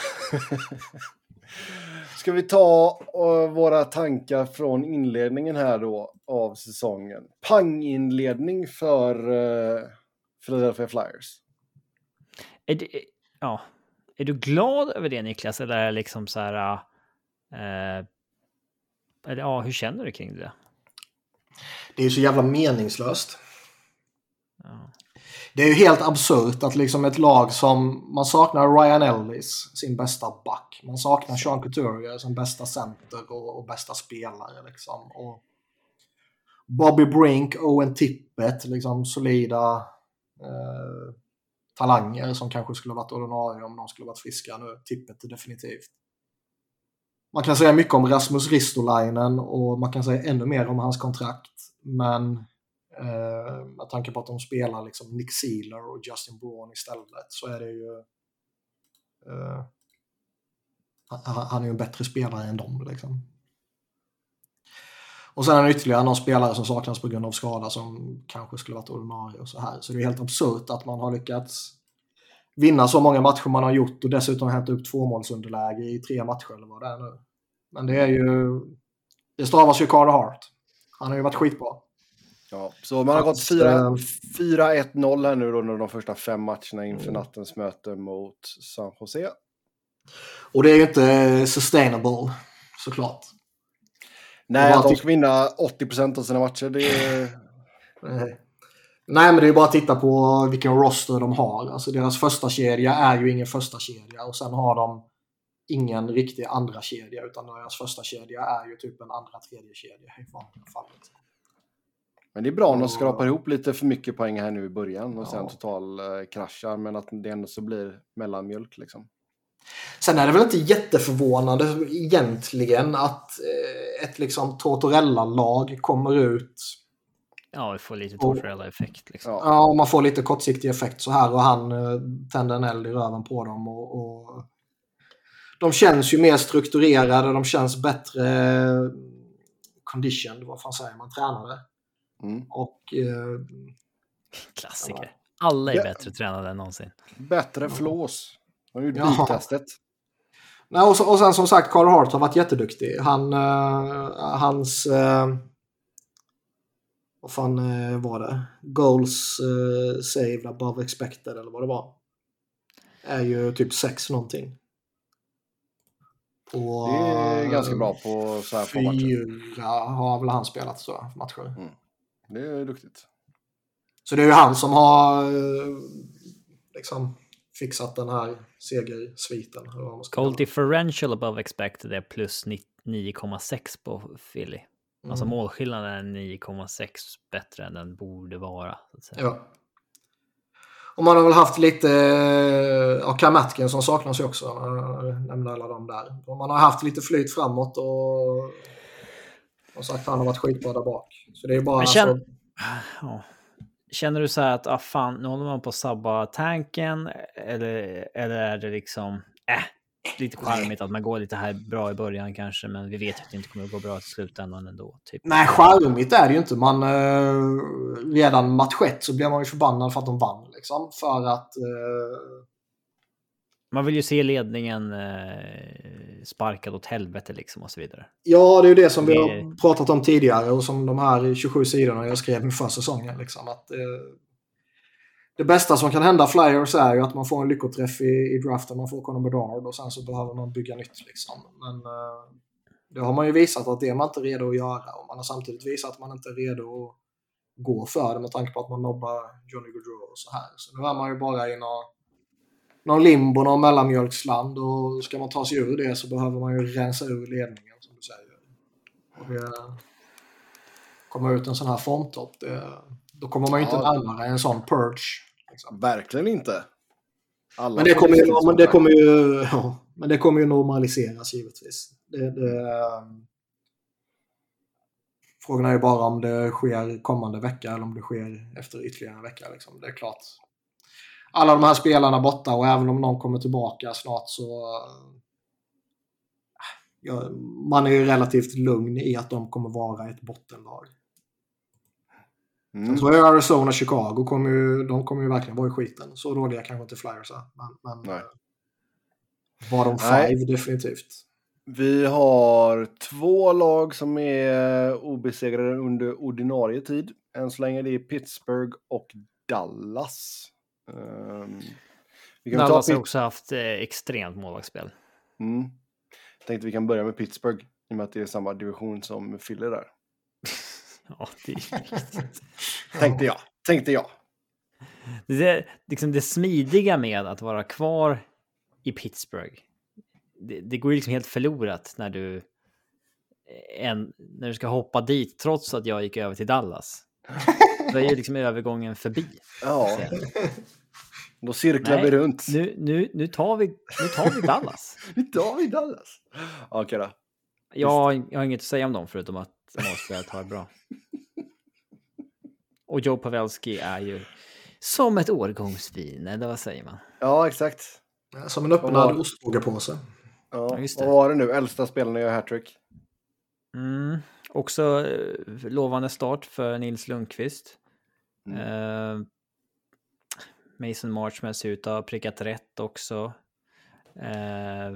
Ska vi ta uh, våra tankar från inledningen här då av säsongen. Panginledning för uh, Philadelphia Flyers. Är, det, ja. är du glad över det, Niklas? Eller är det liksom så här... Uh, eller, ja, hur känner du kring det? Det är ju så jävla meningslöst. Ja. Det är ju helt absurt att liksom ett lag som... Man saknar Ryan Ellis, sin bästa back. Man saknar Sean Couturier som bästa center och, och bästa spelare. Liksom. Och Bobby Brink, Owen Tippett, liksom solida eh, talanger som kanske skulle varit ordinarie om de skulle varit friska nu. Tippett definitivt. Man kan säga mycket om Rasmus Ristolainen och man kan säga ännu mer om hans kontrakt. Men... Uh, med tanke på att de spelar liksom Nick Sealer och Justin Braun istället så är det ju uh, han, han är ju en bättre spelare än dem liksom. Och sen är det ytterligare någon spelare som saknas på grund av skada som kanske skulle varit ordinarie och så här. Så det är helt absurt att man har lyckats vinna så många matcher man har gjort och dessutom hämta upp två målsunderläge i tre matcher eller vad det är nu. Men det är ju det stavas ju Carter Hart. Han har ju varit skitbra. Ja, så man har gått fyra ett noll här nu då under de första fem matcherna inför nattens möte mot San Jose. Och det är ju inte sustainable, såklart. Nej, att de ska vinna åttio procent av sina matcher, det är... Nej. Nej, men det är ju bara att titta på vilken roster de har. Alltså deras första kedja är ju ingen första kedja och sen har de ingen riktig andra kedja utan deras första kedja är ju typ en andra tredje kedja i vanliga fallet. Men det är bra om de skrapar ihop lite för mycket poäng här nu i början och ja. sen total eh, kraschar, men att det ändå så blir mellanmjölk liksom. Sen är det väl inte jätteförvånande egentligen att eh, ett liksom Tortorella-lag kommer ut. Ja, vi får lite Tortorella-effekt liksom. Ja. ja, man får lite kortsiktig effekt så här och han eh, tänder en eld i röven på dem och, och de känns ju mer strukturerade, de känns bättre eh, conditioned, vad fan säger man, tränade. Mm. Och eh, klassiker. Ja. Alla är ja. bättre tränade än någonsin. Bättre flås. De gjorde ja. biltestet. Nej, och, så, och sen som sagt, Carter Hart har varit jätteduktig. Han, uh, hans uh, vad fan uh, var det? Goals uh, saved above expected eller vad det var. Är ju typ sex någonting. På, det är uh, ganska bra på så här fyra matcher. Har väl han spelat så matcher. Mm. Det är duktigt. Så det är ju han som har liksom fixat den här segersviten. Goal differential above expected är plus nio komma sex på Philly. Mm. Alltså målskillnaden är nio komma sex bättre än den borde vara. Så att säga. Ja. Och man har väl haft lite, ja, Cam Atkin som saknas ju också. Jag nämnde alla dem där. Och man har haft lite flyt framåt och, och sagt att han har varit skitbra där bak. Så det är bara... Känn... alltså... ja. Känner du så här att ah, fan, nu håller man på att sabba tanken eller, eller är det liksom äh, lite charmigt att man går lite här bra i början kanske, men vi vet att det inte kommer att gå bra till slutändan ändå. Typ. Nej, charmigt är det ju inte. Man, eh, redan match ett så blir man ju förbannad för att de vann. Liksom, för att... Eh... Man vill ju se ledningen eh, sparkad åt helvete liksom och så vidare. Ja, det är ju det som vi har pratat om tidigare och som de här tjugosju sidorna jag skrev inför säsongen. Liksom, att, eh, det bästa som kan hända Flyers är ju att man får en lyckoträff i, i draften, man får Connor Bedard och sen så behöver man bygga nytt. Liksom. Men eh, det har man ju visat att det är man inte redo att göra och man har samtidigt visat att man inte är redo att gå för det med tanke på att man nobbar Johnny Gaudreau och så här. Så nu är man ju bara i någon någon limbo, någon mellanmjölksland och ska man ta sig ur det så behöver man ju rensa ur ledningen som du säger. Och det kommer ut en sån här formtopp, det, då kommer man ju inte ja. närmare en sån purge. Liksom. Verkligen inte. Alla men det kommer ju, men det kommer ju ja, men det kommer ju normaliseras givetvis. Det, det, frågan är ju bara om det sker kommande vecka eller om det sker efter ytterligare en vecka. Liksom. Det är klart. alla de här spelarna borta, och även om någon kommer tillbaka snart så ja, man är ju relativt lugn i att de kommer vara ett bottenlag. Mm. Jag tror att Arizona, Chicago kommer ju, de kommer ju verkligen vara i skiten. Så dåliga kanske inte Flyers är, men, men var de five definitivt. Vi har två lag som är obesegrade under ordinarie tid. Än så länge det är Pittsburgh och Dallas. Um, vi kan Dallas ta har också haft eh, extremt målvaktsspel. Mm. Jag tänkte vi kan börja med Pittsburgh i och med att det är samma division som Philly där. Ja, det är riktigt. Tänkte jag. Tänkte jag. Det, är, liksom det smidiga med att vara kvar i Pittsburgh. Det, det går ju liksom helt förlorat när du en, när du ska hoppa dit trots att jag gick över till Dallas. Då är ju liksom övergången förbi. Ja. Då cirklar Nej, vi runt. Nu, nu, nu, tar vi, nu tar vi Dallas. Nu tar vi Dallas. Okej då. Jag, jag har inget att säga om dem förutom att målspelet har bra. Och Joe Pavelski är ju som ett årgångsvin, eller vad säger man? Ja, exakt. Som en öppnad ostbågepåse. Ja, ja, just det. Och vad var det nu? Äldsta spelarna gör hattrick. Mm. Också eh, lovande start för Nils Lundqvist. Mm. Eh, Mason Marchman ser ut att ha prickat rätt också. Eh,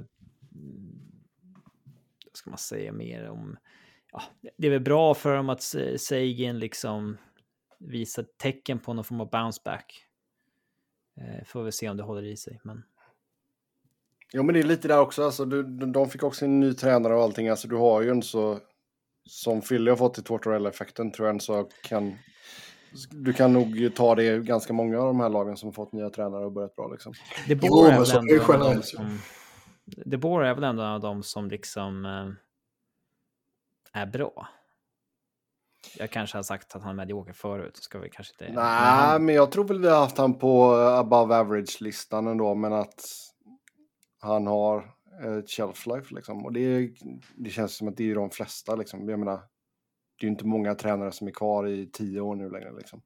vad ska man säga mer om? Ja, det är väl bra för dem att Seguin liksom visar tecken på någon form av bounce back. Eh, får vi se om det håller i sig. Men... Jo, men det är lite där också. Alltså, du, de fick också en ny tränare och allting. Alltså, du har ju en så... Som Philly har fått i Tortorella-effekten tror jag så kan... Du kan nog ta det ganska många av de här lagen som har fått nya tränare och börjat bra liksom. Det Bor är väl ändå en av de som... Det Bor är väl ändå en av de som liksom äh, är bra. Jag kanske har sagt att han är medioker förut. Ska vi kanske inte... Nej, han... men jag tror väl vi har haft han på above average-listan ändå. Men att han har ett shelf life liksom. Och det, det känns som att det är de flesta liksom. Jag menar, det är ju inte många tränare som är kvar i tio år nu längre liksom.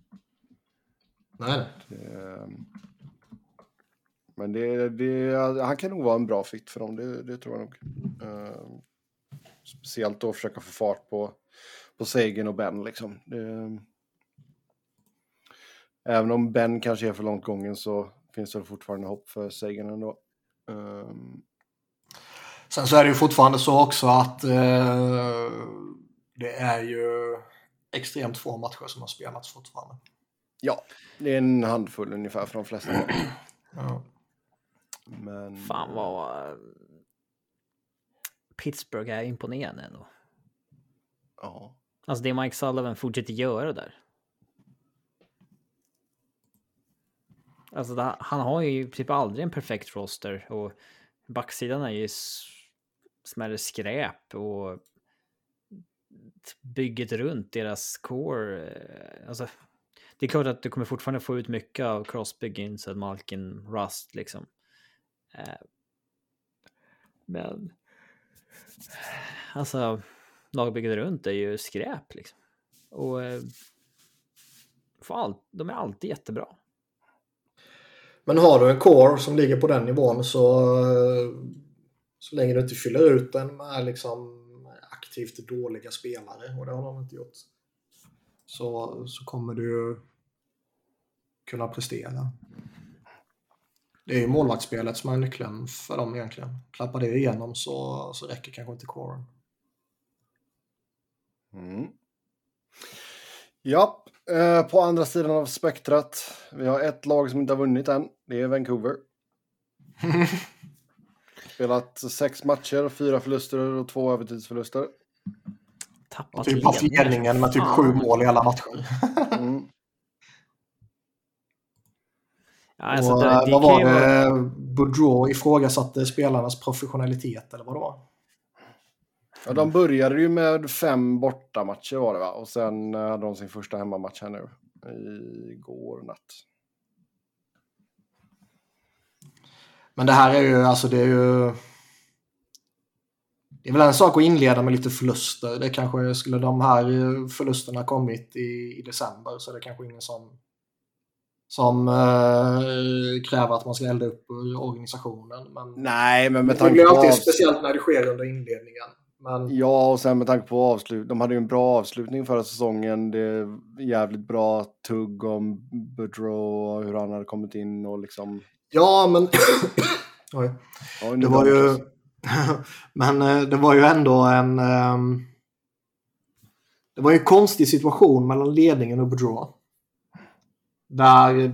Nej. Det, men det, det, han kan nog vara en bra fit för dem, det, det tror jag nog. Uh, speciellt då försöka få fart på, på Seguin och Ben liksom. Det, även om Ben kanske är för långt gången så finns det fortfarande hopp för Seguin ändå. Uh, Sen så är det ju fortfarande så också att uh, det är ju extremt få matcher som har spelats fortfarande. Ja, det är en handfull ungefär för de flesta. Ja. Men... Fan vad Pittsburgh är imponerande ändå. Ja. Alltså det Mike Sullivan fortsätter göra där. Alltså det, han har ju typ aldrig en perfekt roster och backsidan är ju smärre skräp och bygget runt deras core. Alltså det är klart att du kommer fortfarande få ut mycket av Crosby, Ginsel, Malkin, Rust liksom. Men alltså lagbygget runt är ju skräp liksom. Och för allt, de är alltid jättebra. Men har du en core som ligger på den nivån så så länge du inte fyller ut den med liksom aktivt dåliga spelare, och det har de inte gjort, så, så kommer du kunna prestera. Det är ju målvaktsspelet som är nyckeln för dem egentligen. Klappar det igenom så, så räcker kanske inte coren. Mm. Ja, eh, på andra sidan av spektrat. Vi har ett lag som inte har vunnit än. Det är Vancouver. Spelat sex matcher, fyra förluster och två övertidsförluster. Tappat och typ haft ledningen med typ ah. sju mål i alla matcher. Mm. Ja, alltså och, det, det vad var det? Vara... Boudreau ifrågasatte spelarnas professionalitet eller vad det var? Ja, de började ju med fem bortamatcher var det va? Och sen hade de sin första hemmamatch här nu igår natt. Men det här är ju, alltså det är ju det är väl en sak att inleda med lite förluster. Det kanske skulle de här förlusterna kommit i, i december så är det kanske ingen som som eh, kräver att man ska elda upp organisationen. Men Nej, men med det tanke blir på alltid avs- speciellt när det sker under inledningen. Men Ja, och sen med tanke på avslut. De hade ju en bra avslutning förra säsongen. Det är jävligt bra tugg om Boudreau och hur han hade kommit in och liksom... ja, men oj. Ja, nu Det var ju dömdes. men eh, det var ju ändå en ehm, det var ju en konstig situation mellan ledningen och Boudreau. Där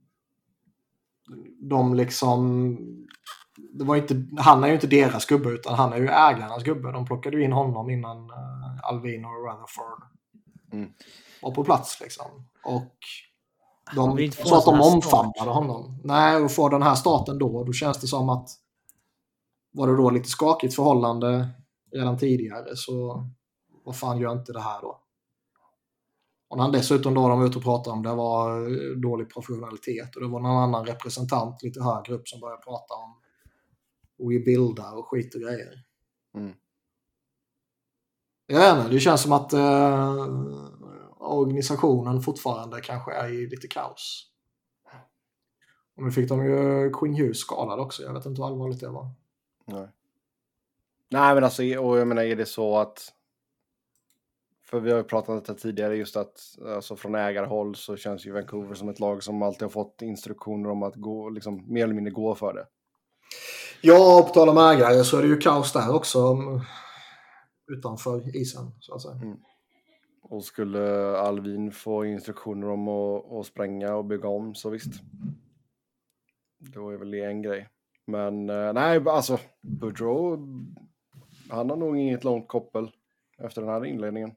de liksom det var inte, han är ju inte deras gubbe utan han är ju ägarnas gubbe. De plockade ju in honom innan uh, Alvin och Rutherford Mm. var på plats liksom. Och Man vill de inte få sa att en de sån här omfamnade honom. Nej, och få den här starten då, då känns det som att var det då lite skakigt förhållande redan tidigare, så vad fan gör inte det här då? Och när han dessutom då de var ute och pratade om det var dålig professionalitet och det var någon annan representant lite högre upp som började prata om we buildar och skit och grejer. Mm. Jag vet inte, det känns som att eh, organisationen fortfarande kanske är i lite kaos. Och nu fick de ju Quinn Hughes skadad också. Jag vet inte hur allvarligt det var. Nej. Nej, men alltså, och jag menar, är det så att... För vi har ju pratat om det tidigare, just att alltså, från ägarhåll så känns ju Vancouver som ett lag som alltid har fått instruktioner om att gå, liksom, mer eller mindre gå för det. Ja, på tal om ägare så är det ju kaos där också utanför isen, så att säga. Mm. Och skulle Alvin få instruktioner om att, att spränga och bygga om, så visst. Då är väl det en grej. Men eh, nej, alltså Boudreau, han har nog inget långt koppel efter den här inledningen.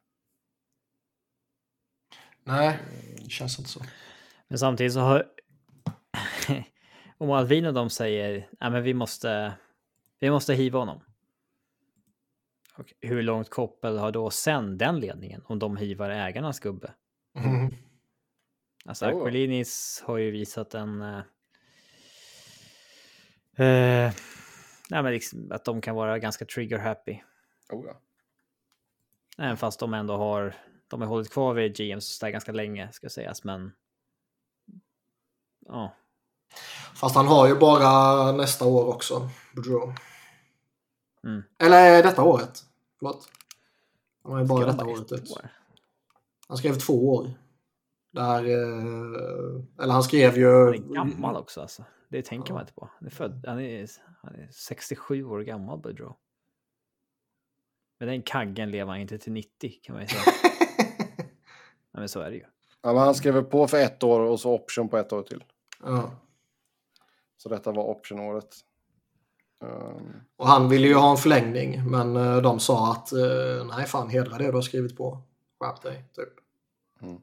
Nej, det känns inte så. Men samtidigt så har om Alvin och de säger nej, men vi måste vi måste hiva honom. Och hur långt koppel har då sen den ledningen om de hivar ägarnas gubbe? Mm. Alltså Oh. Aquilinis har ju visat en eh, eh, nej, men liksom, att de kan vara ganska trigger happy. Oh, ja. Även fast de ändå har de har hållit kvar vid G Ms där ganska länge, ska sägas, men ja. Fast han har ju bara nästa år också, Boudreau. Mm. Eller detta året. Förlåt. Han har ju bara Ska de detta bara året ett ut. år? Han skrev två år. Där, eh, eller han skrev ju... Han är gammal också alltså. Det tänker Ja. man inte på. Han är född, han är, han är sextiosju år gammal, Boudreau. Men den kaggen lever han inte till nittio, kan man ju säga. Ja, men så är det ju. Ja, men han skrev på för ett år och så option på ett år till. Ja. Så detta var optionåret. Um, Och han ville ju ha en förlängning, men eh, de sa att eh, nej fan, hedra det du har skrivit på. Skärp dig, typ. mm.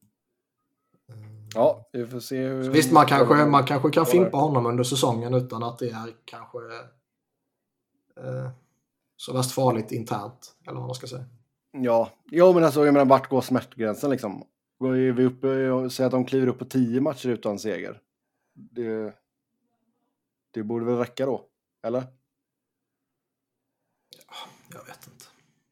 Ja, vi får se hur... Så visst, man kanske, man kanske kan fimpa honom under säsongen utan att det är kanske eh, så värst farligt internt, eller vad man ska säga. Ja, jo, men alltså, jag menar, vart går smärtgränsen liksom? Går vi upp och säger att de kliver upp på tio matcher utan seger? Det, det borde väl räcka då, eller? Ja, jag vet inte.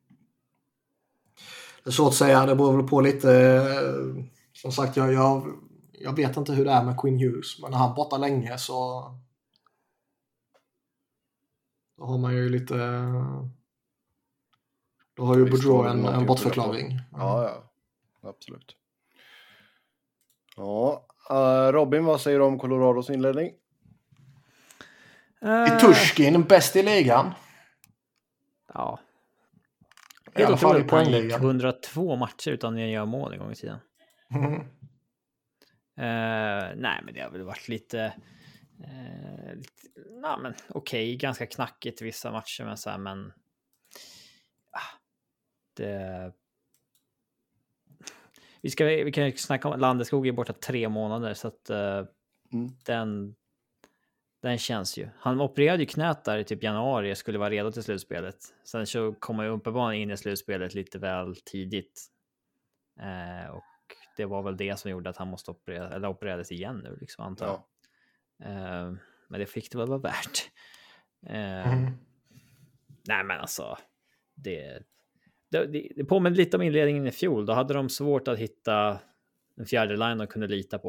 Det är svårt att säga, det beror väl på lite. eh, Som sagt, jag, jag, jag vet inte hur det är med Quinn Hughes, men när han borta länge så då har man ju lite. Då har ju Visst, Boudreau har det en, någonting en att bortförklaring. skylla på. Ja, ja. Absolut. Ja, uh, Robin, vad säger du om Colorados inledning? I Turskin, bäst i ligan. Ja. I alla fall i otroligt att han gick poängligan. hundratvå matcher utan att göra mål en gång i tiden. Mm. Uh, nej, men det har väl varit lite, uh, lite nej, men okej, ganska knackigt vissa matcher, men så här, men uh, det vi ska vi kan ju snacka om Landeskog är borta tre månader, så att uh, Mm. den den känns ju. Han opererade ju knät där i typ januari och skulle vara redo till slutspelet. Sen så kommer ju uppenbarligen in i slutspelet lite väl tidigt. Eh, och det var väl det som gjorde att han måste operera, eller opererades igen nu, liksom, antar jag. Ja. Eh, men det fick det väl vara värt. Eh, Mm. Nej, men alltså det, det, det påminner lite om inledningen i fjol. Då hade de svårt att hitta en fjärde line de kunde lita på.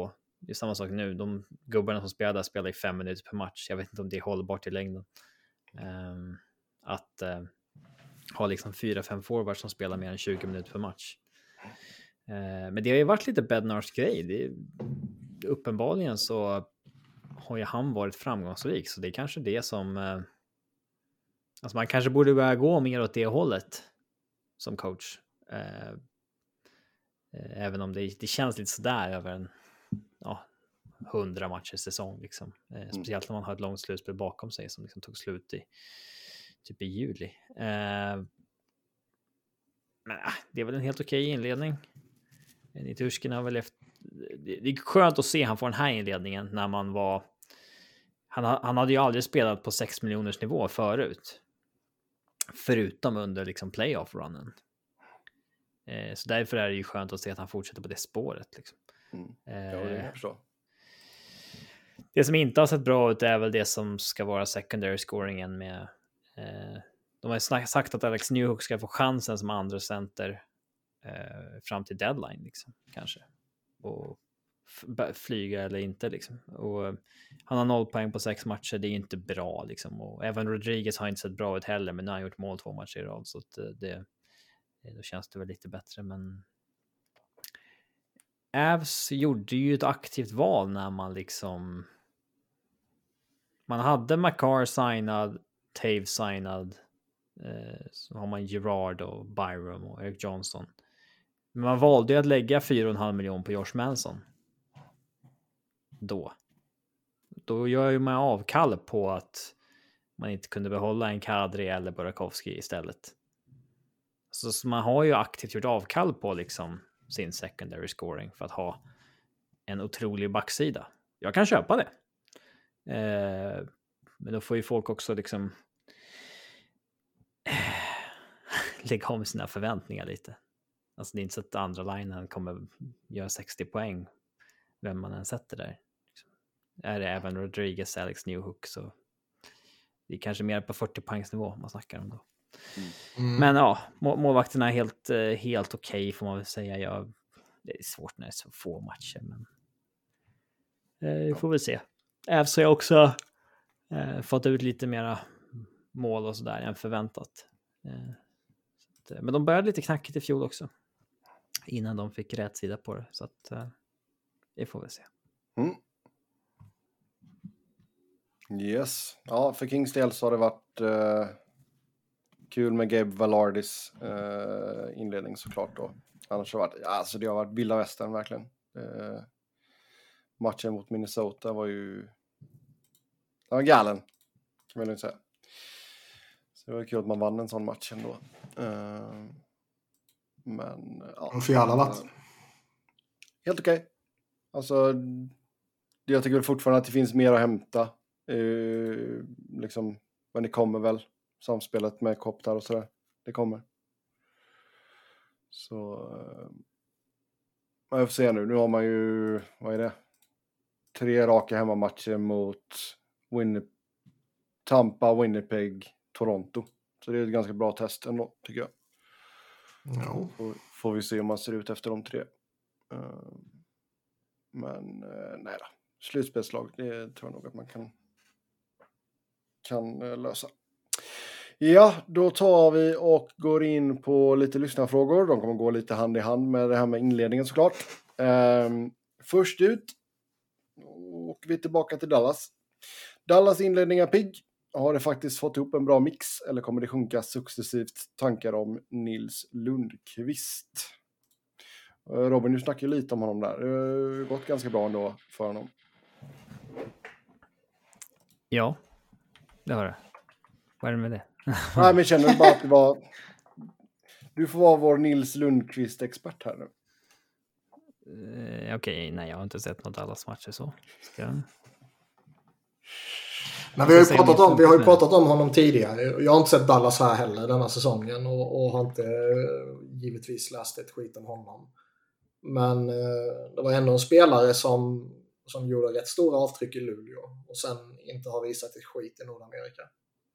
det är samma sak nu. De gubbarna som spelar där spelar i fem minuter per match. Jag vet inte om det är hållbart i längden. Um, att uh, ha liksom fyra, fem forwards som spelar mer än tjugo minuter per match. Uh, men det har ju varit lite Bednars grej. Det är, uppenbarligen så har ju han varit framgångsrik. Så det är kanske det som... Uh, alltså man kanske borde börja gå mer åt det hållet som coach. Uh, Även om det, det känns lite sådär över en ja, hundra matcher säsong. Liksom. Eh, speciellt när man har ett långt slutspel bakom sig som liksom tog slut i typ i juli. Eh, men äh, det är väl en helt okej inledning. Nichushkin har väl efter, det, det är skönt att se han får den här inledningen när man var... Han, han hade ju aldrig spelat på sex miljoners nivå förut. Förutom under liksom playoff-runnen. Eh, så därför är det ju skönt att se att han fortsätter på det spåret. Liksom. Mm. Ja, det är förstå. Det som inte har sett bra ut är väl det som ska vara secondary scoringen med... Eh, de har ju sagt att Alex Newhook ska få chansen som andra center eh, fram till deadline, liksom, kanske. Och f- flyga eller inte, liksom. Och eh, han har noll poäng på sex matcher, det är inte bra, liksom. Och även Rodriguez har inte sett bra ut heller, men nu har han gjort mål två matcher i rad, så att det... Då känns det väl lite bättre, men Avs gjorde ju ett aktivt val när man liksom man hade Makar signad, Taves signad, eh, så har man Gerard och Byram och Eric Johnson. Men man valde ju att lägga fyra och en halv miljon på Josh Manson. Då. Då gör ju man avkall på att man inte kunde behålla en Kadri eller Burakovsky istället. Så, så man har ju aktivt gjort avkall på liksom sin secondary scoring för att ha en otrolig backsida. Jag kan köpa det. Eh, men då får ju folk också liksom eh, lägga om sina förväntningar lite. Alltså det är inte så att andra linjen kommer göra sextio poäng vem man än sätter där. Är det även Rodriguez, Alex Newhook, så det är kanske mer på fyrtio poängsnivå man snackar om då. Mm. Men ja, må- målvakterna är helt, helt okej okay, får man väl säga. Jag, det är svårt när det är så få matcher, men eh, vi får väl se. Även så har jag också eh, fått ut lite mera mål och sådär än förväntat. Eh, så att, men de började lite knackigt i fjol också. Innan de fick rätt sida på det. Så att eh, det får vi se. Mm. Yes. Ja, för Kings del så har det varit eh, kul med Gabe Valardis eh, inledning såklart då. Annars har det varit, alltså det har varit vilda västern verkligen. Eh, matchen mot Minnesota var ju det var galen, kan man ju säga. Så det var kul att man vann en sån match ändå. Eh, men ja. För alla varit. Helt okej. Okay. Alltså jag tycker väl fortfarande att det finns mer att hämta. Uh, liksom, men det kommer väl samspelet med Kopitar och sådär. Det kommer. Så uh, jag får se nu. Nu har man ju, vad är det? Tre raka hemmamatcher mot Winnip- Tampa, Winnipeg, Toronto. Så det är ett ganska bra test ändå, tycker jag. No. Får, får vi se om man ser ut efter de tre. Uh, men uh, nej då. Slutspelslag, det tror jag nog att man kan kan lösa. Ja, då tar vi och går in på lite lyssnarfrågor. De kommer gå lite hand i hand med det här med inledningen såklart. Um, först ut och vi är tillbaka till Dallas. Dallas inledning är pigg. Har det faktiskt fått ihop en bra mix eller kommer det sjunka successivt? Tankar om Nils Lundqvist. Robin, du snackar lite om honom där. Det har gått ganska bra ändå för honom. Ja, det har det. Vad är det med det? Nej, men känner du bara att det var... Du får vara vår Nils Lundqvist-expert här nu. Uh, Okej, okay. Nej, jag har inte sett något Dallas matcher så. Ska jag... Men vi har, ju pratat om, vi har ju pratat om honom tidigare. Jag har inte sett Dallas här heller denna säsongen och, och har inte givetvis läst ett skit om honom. Men uh, det var ändå en spelare som, som gjorde rätt stora avtryck i Luleå och sen inte har visat ett skit i Nordamerika.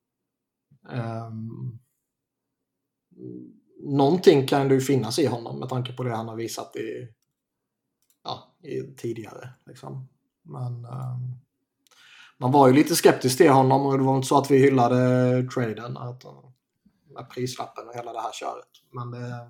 Um, någonting kan det ju finnas i honom med tanke på det han har visat i ja, i, tidigare. Liksom. Men um, man var ju lite skeptisk till honom och det var inte så att vi hyllade traden att, med prislappen och hela det här köret. Men det...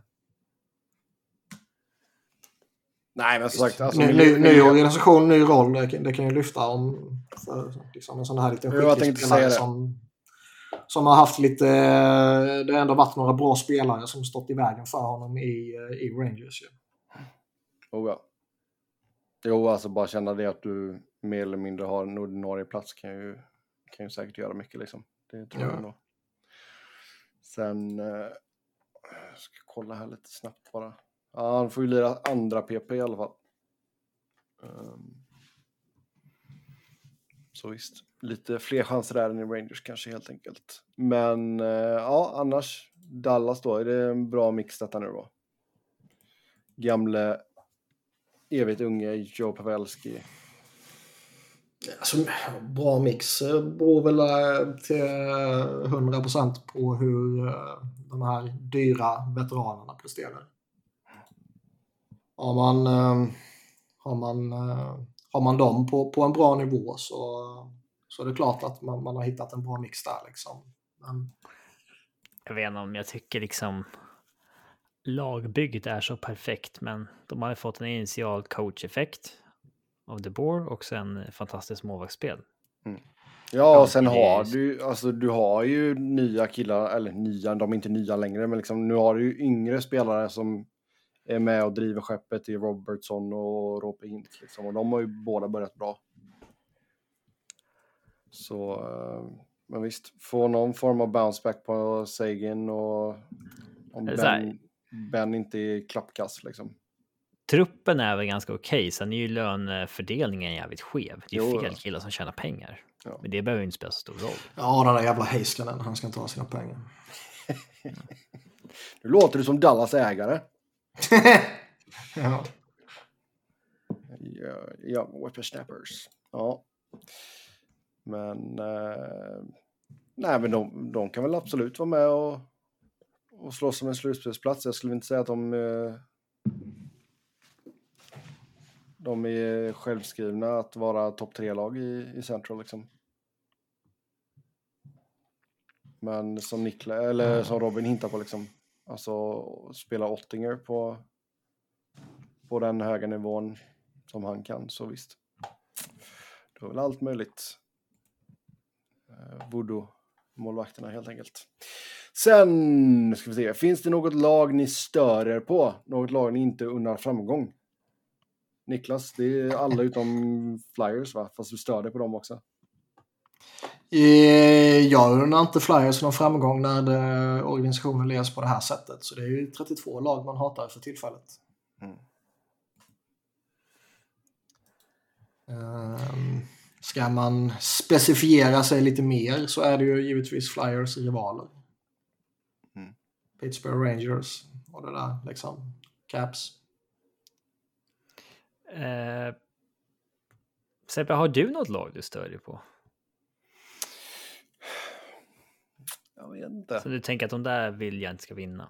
Nej, men som sagt... Alltså, ny, ny, ny organisation, ny roll, det, det kan ju lyfta om för, liksom, en sån här liten skicklig spelare som, som har haft lite... Det har ändå varit några bra spelare som stått i vägen för honom i, i Rangers. Ja. Oh, ja. Jo, alltså bara känna det att du mer eller mindre har en ordinarie plats kan ju, kan ju säkert göra mycket liksom. Det tror ja. jag nog. Sen... Eh, jag ska kolla här lite snabbt bara. Ja, han får ju lira andra P P i alla fall. Um, så visst. Lite fler chanser där än i Rangers kanske helt enkelt. Men uh, ja, annars Dallas då. Är det en bra mix detta nu då? Gamle evigt unge Joe Pavelski. Alltså, bra mix beror väl till hundra procent på hur de här dyra veteranerna presterar. Har man, har man, har man dem på, på en bra nivå så, så är det klart att man, man har hittat en bra mix där. Liksom. Men... Jag vet inte om jag tycker liksom lagbygget är så perfekt, men de har ju fått en initial coach-effekt av De Boer och sen fantastiskt målvaktsspel. Mm. Ja, och sen har du, alltså du har ju nya killar, eller nya, de är inte nya längre, men liksom nu har du ju yngre spelare som är med och driver skeppet i Robertson och Roope Hintz liksom, och de har ju båda börjat bra. Så, men visst, få någon form av bounce back på Seguin och om Ben, Ben inte är klappkass liksom. Truppen är väl ganska okej, okay. Sen är ju lönefördelningen jävligt skev. Det är ju fel killar som tjänar pengar. Ja. Men det behöver ju inte spela så stor roll. Ja, den där jävla Heiskanen, han ska inte ha sina pengar. Nu låter du som Dallas ägare. ja. Ja, ja, whippersnappers. Ja. Men eh, nej, men de, de kan väl absolut vara med och, och slåss om en slutspelsplats. Jag skulle inte säga att de eh, de är självskrivna att vara topp tre-lag i, i Central liksom. Men som Nikla, eller mm. som Robin hintar på liksom. Alltså spela Ottinger på på den höga nivån som han kan, så visst. Det är väl allt möjligt. Uh, Voodoo målvakterna helt enkelt. Sen ska vi se, finns det något lag ni stör er på? Något lag ni inte unnar framgång? Niklas, det är alla utom Flyers va? Fast du stör dig på dem också. Jag undrar inte Flyers någon framgång när det, organisationen leds på det här sättet. Så det är ju trettiotvå lag man hatar för tillfället. Mm. Um, ska man specifiera sig lite mer så är det ju givetvis Flyers rivaler. Mm. Pittsburgh Rangers och det där liksom. Caps. Uh, Sebbe, har du något lag du stör dig på? Jag vet inte. Så du tänker att de där vill jag inte ska vinna?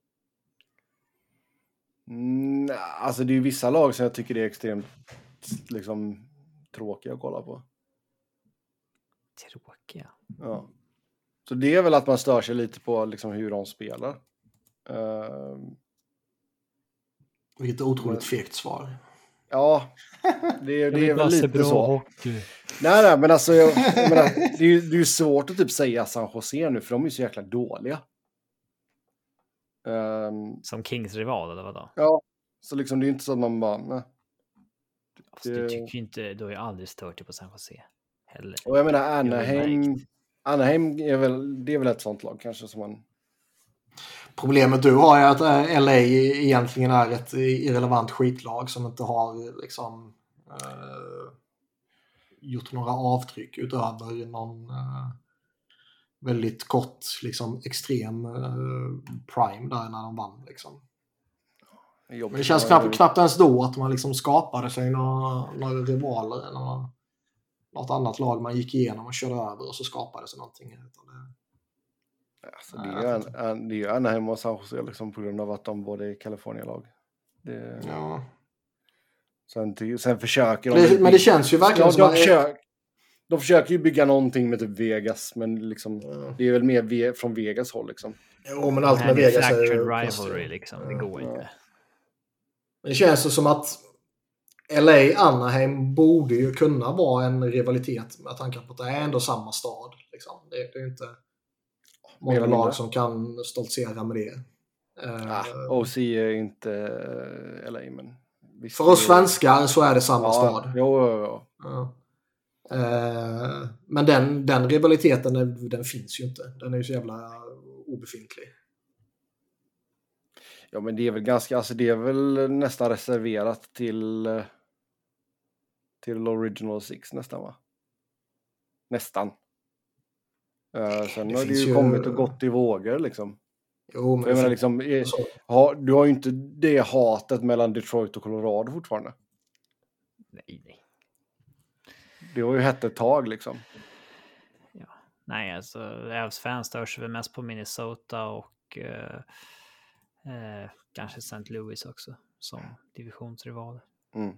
Mm, alltså det är ju vissa lag som jag tycker är extremt liksom tråkiga att kolla på. Tråkiga? Ja. Så det är väl att man stör sig lite på liksom hur de spelar. Uh, Vilket otroligt men... fegt svar. Ja, det, det är väl lite bra så. Hockey. Nej, nej, men alltså jag, jag menar, det är ju det är svårt att typ säga San Jose nu, för de är så jäkla dåliga. Um, Som Kings rival eller vad då? Ja, så liksom det är inte så att man bara... Nej. Alltså, det... Du tycker ju inte, du har ju aldrig stört dig på San Jose heller. Och jag menar Anaheim, Anaheim är väl, det är väl ett sånt lag kanske som man... Problemet du har är att L A egentligen är ett irrelevant skitlag som inte har liksom eh, gjort några avtryck utöver någon eh, väldigt kort liksom extrem eh, prime där när de vann liksom. Men det känns knappt, knappt ens då att man liksom skapade sig några, några rivaler eller några, något annat lag man gick igenom och körde över och så skapade sig någonting. Utan det, alltså, det är ju en, en, det är ju Anaheim och San Jose liksom, på grund av att de både är California-lag. Det, ja. Sen, till, sen försöker de... Det, men det känns ju verkligen de, som... De, försöker, de försöker ju bygga någonting med typ Vegas, men liksom, mm. det är väl mer från Vegas håll liksom. Jo, men allt med Vegas är ju... rivalry liksom, det går inte. Men det känns som att L A Anaheim borde ju kunna vara en rivalitet med tanke på att det är ändå samma stad. Liksom. Det, det är ju inte många lag som kan stoltsera med det. Ah, O C är inte L A, men... För oss svenskar så är det samma ja, stad. Jo, jo, jo. Ja. Uh, men den, den rivaliteten den, den finns ju inte. Den är ju så jävla obefintlig. Ja, men det är väl ganska, alltså det är väl nästan reserverat till till Original Six nästan, va? Nästan. Uh, sen det har det ju, ju kommit och gått i vågor liksom. Jo, men jag menar, liksom, är, har, du har ju inte det hatet mellan Detroit och Colorado fortfarande. Nej, nej. Det har ju hett ett tag liksom. Ja. Nej, alltså Avs-fans störs väl mest på Minnesota och eh, eh, kanske Saint Louis också som divisionsrivaler. Mm.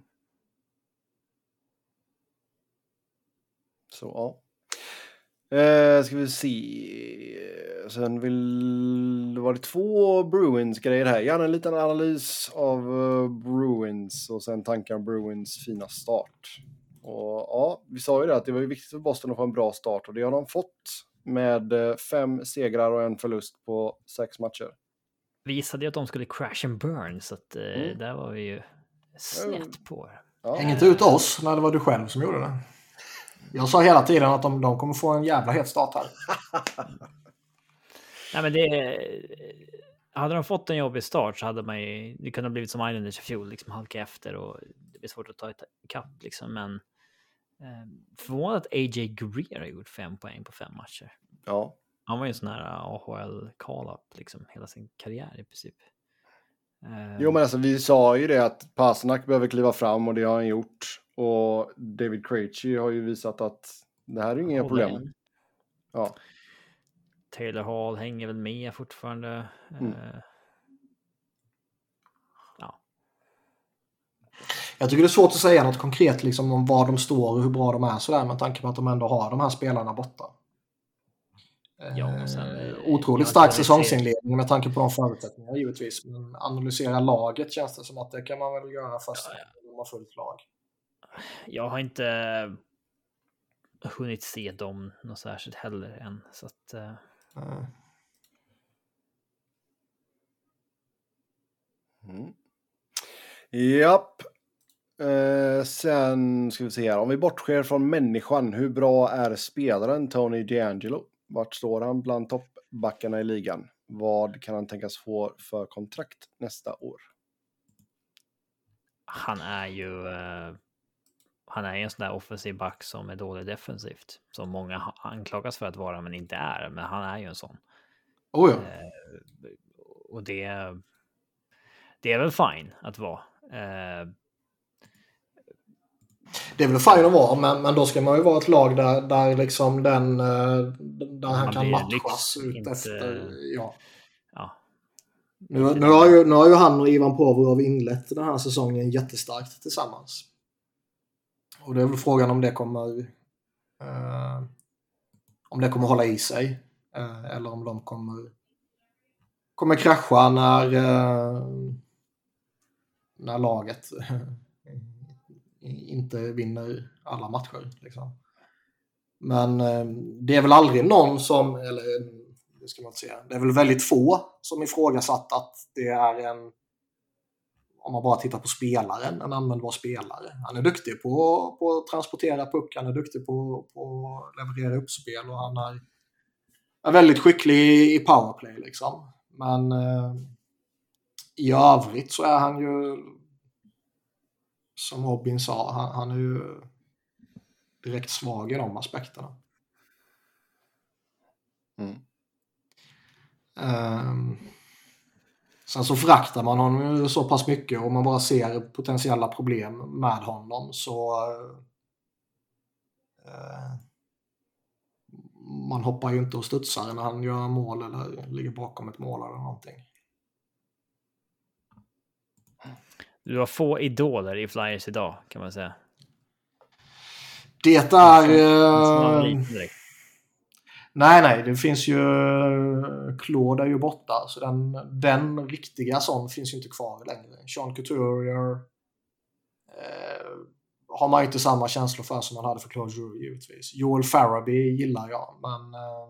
Så ja. Eh, ska vi se. Sen vill var det två Bruins grejer här. Gärna en liten analys av uh, Bruins och sen tankar om Bruins fina start. Och ja, vi sa ju det att det var ju viktigt för Boston att få en bra start och det har de fått med uh, fem segrar och en förlust på sex matcher. Visade ju att de skulle crash and burn så att uh, mm. där var vi ju snett på. Ja. Häng inte ut oss när det var du själv som gjorde det. Jag sa hela tiden att de, de kommer få en jävla het start här. Nej, men det... Hade de fått en jobbig start så hade man ju... Det kunde ha blivit som Islanders i fjol, liksom halka efter och det blir svårt att ta ett kapp liksom. Men eh, förvånad att A J Greer har gjort fem poäng på fem matcher. Ja. Han var ju en sån här A H L call-up liksom hela sin karriär i princip. Eh, jo, men alltså vi sa ju det att Pasternak behöver kliva fram och det har han gjort. Och David Krejci har ju visat att det här är inga problem. Ja. Taylor Hall hänger väl med fortfarande. Mm. Uh, ja. Jag tycker det är svårt att säga något konkret liksom, om var de står och hur bra de är sådär, med tanke på att de ändå har de här spelarna borta. Ja, och sen, uh, otroligt stark säsongsinledning med tanke på de förutsättningarna givetvis. Men analysera laget känns det som att det kan man väl göra först när ja, ja. de har fullt lag. Jag har inte hunnit se dem något särskilt heller än. Så att, uh... mm. Japp. Eh, sen ska vi se här. Om vi bortsker från människan. Hur bra är spelaren Tony DeAngelo? Vart står han bland toppbackarna i ligan? Vad kan han tänkas få för kontrakt nästa år? Han är ju... Uh... Han är en sån där offensiv back som är dålig defensivt. Som många anklagas för att vara men inte är. Men han är ju en sån. Oh ja. Eh, och det, det är väl fine att vara. Eh, det är väl fine att vara. Men, men då ska man ju vara ett lag där, där, liksom den, där han kan matchas ut inte, efter. Ja. Ja. Nu, nu, har ju, nu har ju han och Ivan Provorov inlett den här säsongen jättestarkt tillsammans. Och det är väl frågan om det kommer eh, om det kommer hålla i sig eh, eller om de kommer kommer krascha när eh, när laget inte vinner alla matcher liksom. Men eh, det är väl aldrig någon som, eller det ska man inte säga, det är väl väldigt få som ifrågasatt att det är en, om man bara tittar på spelaren, en användbar spelare. Han är duktig på, på att transportera puck, han är duktig på, på att leverera uppspel och han är, är väldigt skicklig i powerplay liksom. Men eh, i övrigt så är han ju, som Robin sa, han, han är ju direkt svag i de aspekterna. Mm. Um, Sen så fraktar man honom ju så pass mycket och man bara ser potentiella problem med honom så eh, man hoppar ju inte och studsar när han gör mål eller ligger bakom ett mål eller någonting. Du har få idoler i Flyers idag, kan man säga. Det är... Uh... Nej, nej, det finns ju... Claude är ju borta, så den, den riktiga sån finns ju inte kvar längre. Sean Couturier eh, har man inte samma känslor för som man hade för Claude Giroux, givetvis. Joel Farabee gillar jag, men eh,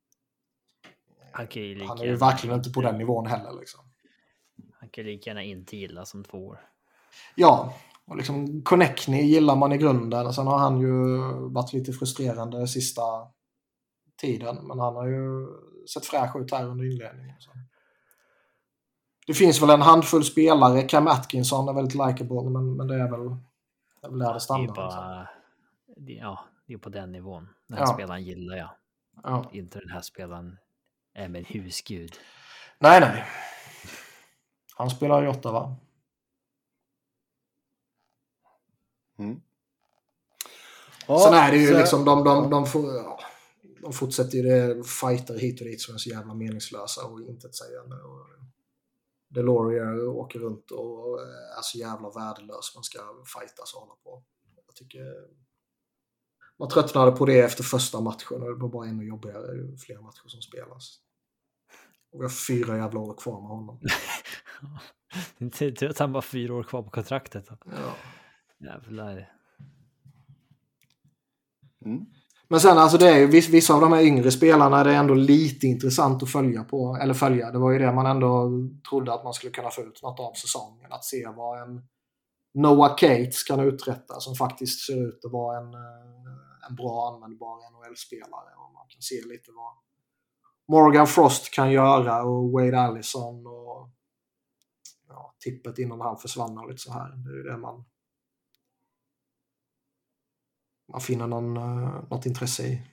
han, han är ju verkligen inte på den nivån heller. Liksom. Han kan lika gärna inte gilla som två år. Ja, och liksom Konechny gillar man i grunden. Och sen har han ju varit lite frustrerande sista tiden, men han har ju sett fräsch ut här under inledningen. Så. Det finns väl en handfull spelare. Cam Atkinson är väldigt likeable, men, men det är väl det är väl där det stannar. Det är bara, det, ja, det är på den nivån. Den här ja. spelaren gillar jag. Ja. Inte den här spelaren är med husgud. Nej, nej. Han spelar i Ottawa. Mm. Ja, sen är det ju så, liksom de, de, de, får, ja, de fortsätter ju det fighter hit och dit som är så jävla meningslösa och intetsägande. Och Delorier åker runt och är så jävla värdelös. Man ska fightas och hålla på. Jag tycker man tröttnade på det efter första matchen och det var bara ännu jobbigare ju fler matcher som spelas. Och vi har fyra jävla år kvar med honom. Inte att han var fyra år kvar på kontraktet. Då. Ja. Jävlar. Mm. Men sen alltså det är ju vissa av de här yngre spelarna det är ändå lite intressant att följa på. Eller följa, det var ju det man ändå trodde att man skulle kunna få ut något av säsongen. Att se vad en Noah Cates kan uträtta som faktiskt ser ut att vara en, en bra användbar N H L-spelare. Och man kan se lite vad Morgan Frost kan göra och Wade Allison och ja, tippet innan han försvann och lite så här. Det är ju det man man finner någon, något intresse i.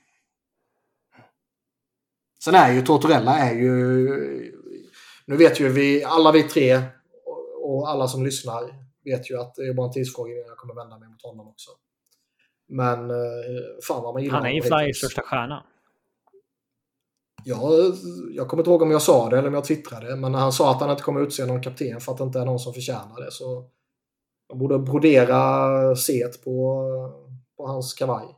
Sen är ju Tortorella är ju nu vet ju vi alla vi tre och alla som lyssnar vet ju att det är bara en tidsfråga innan jag kommer vända mig mot honom också. Men fan vad man gillar han är ju Flyers största stjärna. Ja, jag kommer inte ihåg om jag sa det eller om jag twittrade, men när han sa att han inte kommer utse någon kapten för att det inte är någon som förtjänar det, så man borde brodera set på på hans kavaj.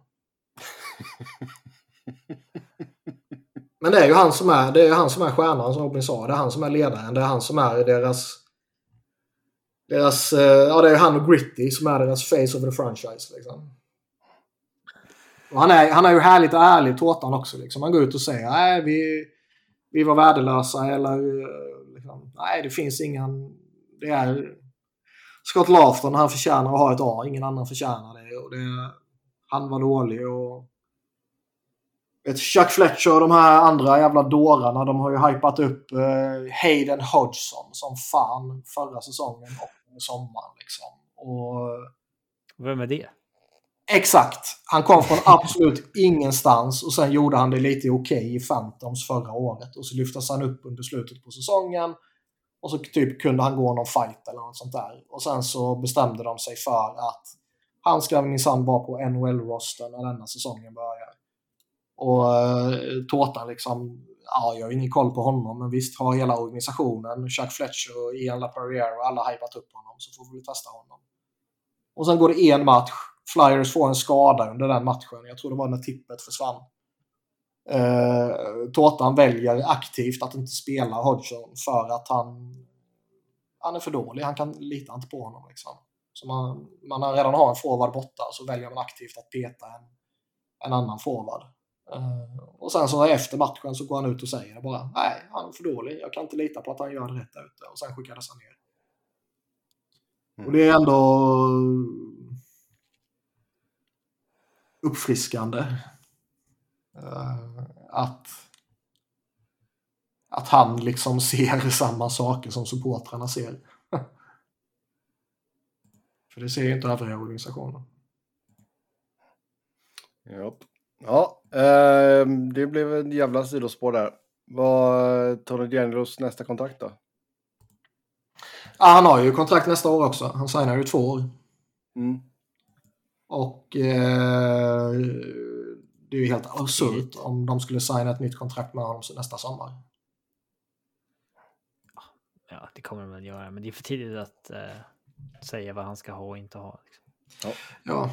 Men det är ju han som är det är han som är stjärnan, som Robin sa. Det är han som är ledaren. Det är han som är deras deras ja, det är han och Gritty som är deras face of the franchise liksom. Och han är han är ju härligt och ärlig tårtan också liksom. Han går ut och säger nej vi vi var värdelösa eller liksom, nej det finns ingen det är Scott Laughton, han förtjänar att ha ett A, ingen annan förtjänar det och det han var dålig och vet, Chuck Fletcher och de här andra jävla dårarna, de har ju hypat upp eh, Hayden Hodgson som fan förra säsongen och sommaren liksom. Och vem är det? Exakt. Han kom från absolut ingenstans och sen gjorde han det lite okej i Phantoms förra året och så lyftes han upp under slutet på säsongen och så typ kunde han gå någon fight eller något sånt där. Och sen så bestämde de sig för att han ska minsann vara på N H L-rosten när denna säsongen börjar. Och uh, tårtan liksom, ja jag har ingen koll på honom men visst har hela organisationen, Chuck Fletcher och Ian LaPerriere och alla hypat upp honom så får vi testa honom. Och sen går det en match, Flyers får en skada under den matchen, jag tror det var när tippet försvann. Uh, tårtan väljer aktivt att inte spela Hodgson för att han han är för dålig, han kan lita inte på honom liksom. Så man, man har redan har en forward borta så väljer man aktivt att peta en, en annan forward. Uh, och sen så efter matchen så går han ut och säger bara nej, han är för dålig, jag kan inte lita på att han gör det rätt ute och sen skickades han ner. Mm. Och det är ändå uppfriskande uh, att att han liksom ser samma saker som supportrarna ser. För det ser ju inte övriga organisationer. Ja, ja eh, det blev en jävla sidospår där. Vad Tony DeAngelos nästa kontrakt då? Ja, han har ju kontrakt nästa år också. Han signar ju två år. Mm. Och eh, det är ju helt absurt om de skulle signa ett nytt kontrakt med honom nästa sommar. Ja, det kommer de väl göra. Men det är för tidigt att... Eh... säga vad han ska ha och inte ha. Liksom. Ja. Ja.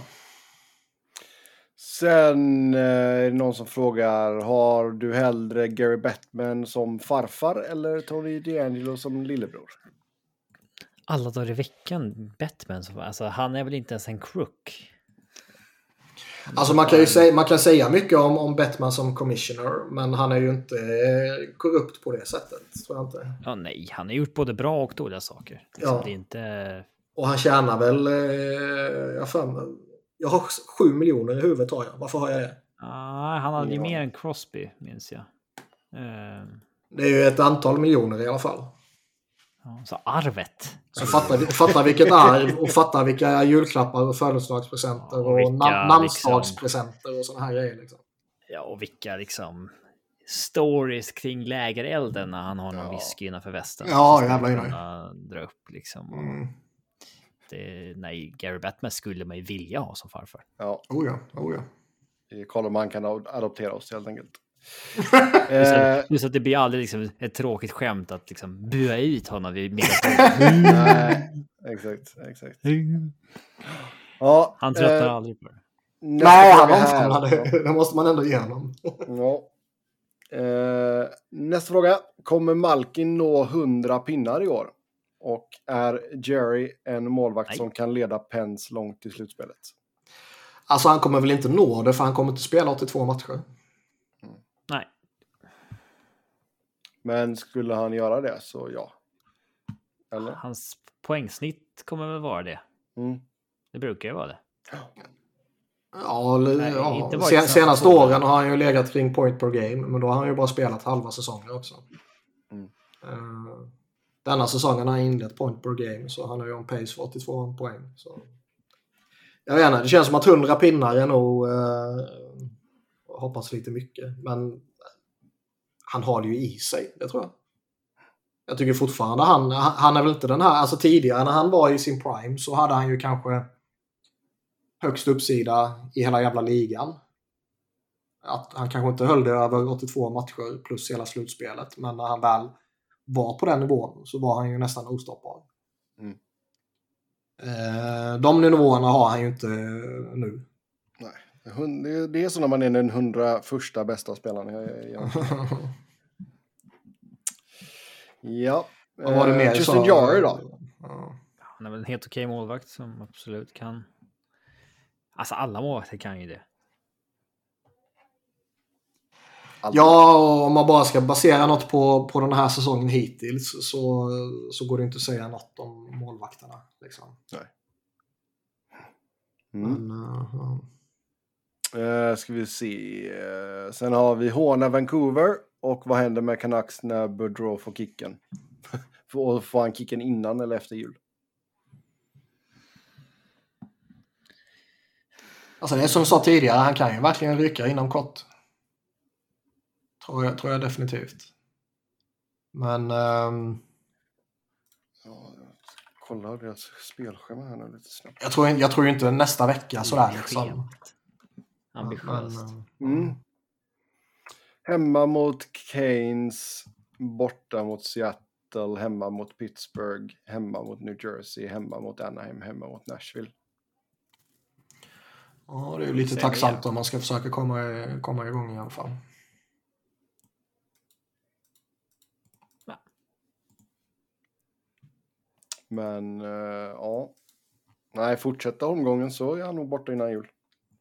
Sen eh, är det någon som frågar, har du hellre Gary Bettman som farfar eller Tony DeAngelo som lillebror? Alla dagar i veckan, Bettman, alltså han är väl inte ens en crook. Alltså man kan ju säga, man kan säga mycket om, om Bettman som commissioner, men han är ju inte eh, korrupt på det sättet, tror jag inte. Ja, nej, han har gjort både bra och dåliga saker. Liksom, Ja. Det är inte... Och han tjänar väl, eh, jag, fan, jag har sju miljoner i huvudet har jag. Varför har jag det? Ah, han hade ju Ja. mer än Crosby, minns jag. Uh, Det är ju ett antal miljoner i alla fall. ja, så arvet. Så fatta, fatta vilket arv och fatta vilka julklappar och födelsedagspresenter och, Och vilka, och nam- namnsdagspresenter och såna här grejer. Liksom. Ja, och vilka liksom stories kring lägerelden när han har någon Ja. whisky innanför västen. Ja, Så ska jävlar, man jävlar. kunna dra upp liksom. Och Mm. det, nej, Gary Bettman skulle man ju vilja ha som farfar. Ja, Oh ja, oh ja. Karl och man kan ad- adoptera oss helt enkelt. Just eh, att, just att det blir aldrig liksom ett tråkigt skämt att liksom bua ut honom vid middagsbordet. nej, exakt, exakt. Ja, Han tröttnar eh, aldrig på det. nästa Nej, han fråga här. omfamnade det. Det måste man ändå ge honom. Ja. Eh, nästa fråga. Kommer Malkin nå hundra pinnar i år? Och är Jerry en målvakt Nej. som kan leda Pens långt i slutspelet? Alltså han kommer väl inte nå det, för han kommer inte spela åttiotvå matcher. Nej, Men skulle han göra det så ja. Eller? hans poängsnitt kommer väl vara det. Mm. Det brukar ju vara det. Ja, eller, Nej, ja. inte varit Sen, så senaste på- åren har han ju legat kring point per game, men då har han ju bara spelat halva säsonger också. Mm. Uh, denna säsongen har han inlett point per game, så han är ju on pace för åttiotvå poäng. Så. Jag vet inte, det känns som att hundra pinnar är nog uh, hoppas lite mycket, men han har det ju i sig, det tror jag. Jag tycker fortfarande han, han är väl inte den här, alltså tidigare när han var i sin prime så hade han ju kanske högst uppsida i hela jävla ligan. Att han kanske inte höll det över åttiotvå matcher plus hela slutspelet, men när han väl var på den nivån så var han ju nästan ostoppbar. Mm. Eh, de nivåerna har han ju inte nu. Nej. Hun- det- Det är så när man är den hundra första bästa spelaren. i- i- Ja. Vad var det Eh, mer? Tristan Jarry då? Ja. Han är väl en helt okej målvakt som absolut kan. Alltså alla målvakter kan ju det. Alltid. Ja, och om man bara ska basera något på, på den här säsongen hittills så, så går det inte att säga något om målvakterna. Liksom. Mm. Men, uh, uh. Eh, ska vi se. Eh, sen har vi Håna Vancouver. Och vad händer med Canucks när Boudreau får kicken? får, får han kicken innan eller efter jul? Alltså det är som jag sa tidigare, han kan ju verkligen rycka inom kort. Tror jag, tror jag definitivt. Men um, Ja, kolla deras spelschema här nu lite snabbt. jag tror, jag tror ju inte nästa vecka sådär liksom. Schemaat. Ambitiöst. Men, Mm. Hemma mot Canes, borta mot Seattle, hemma mot Pittsburgh, hemma mot New Jersey, hemma mot Anaheim, hemma mot Nashville. ja, det är ju lite Ser tacksamt vi. om man ska försöka komma, komma igång i alla fall. Men eh, ja, nej, fortsätta omgången så är han nog borta innan jul.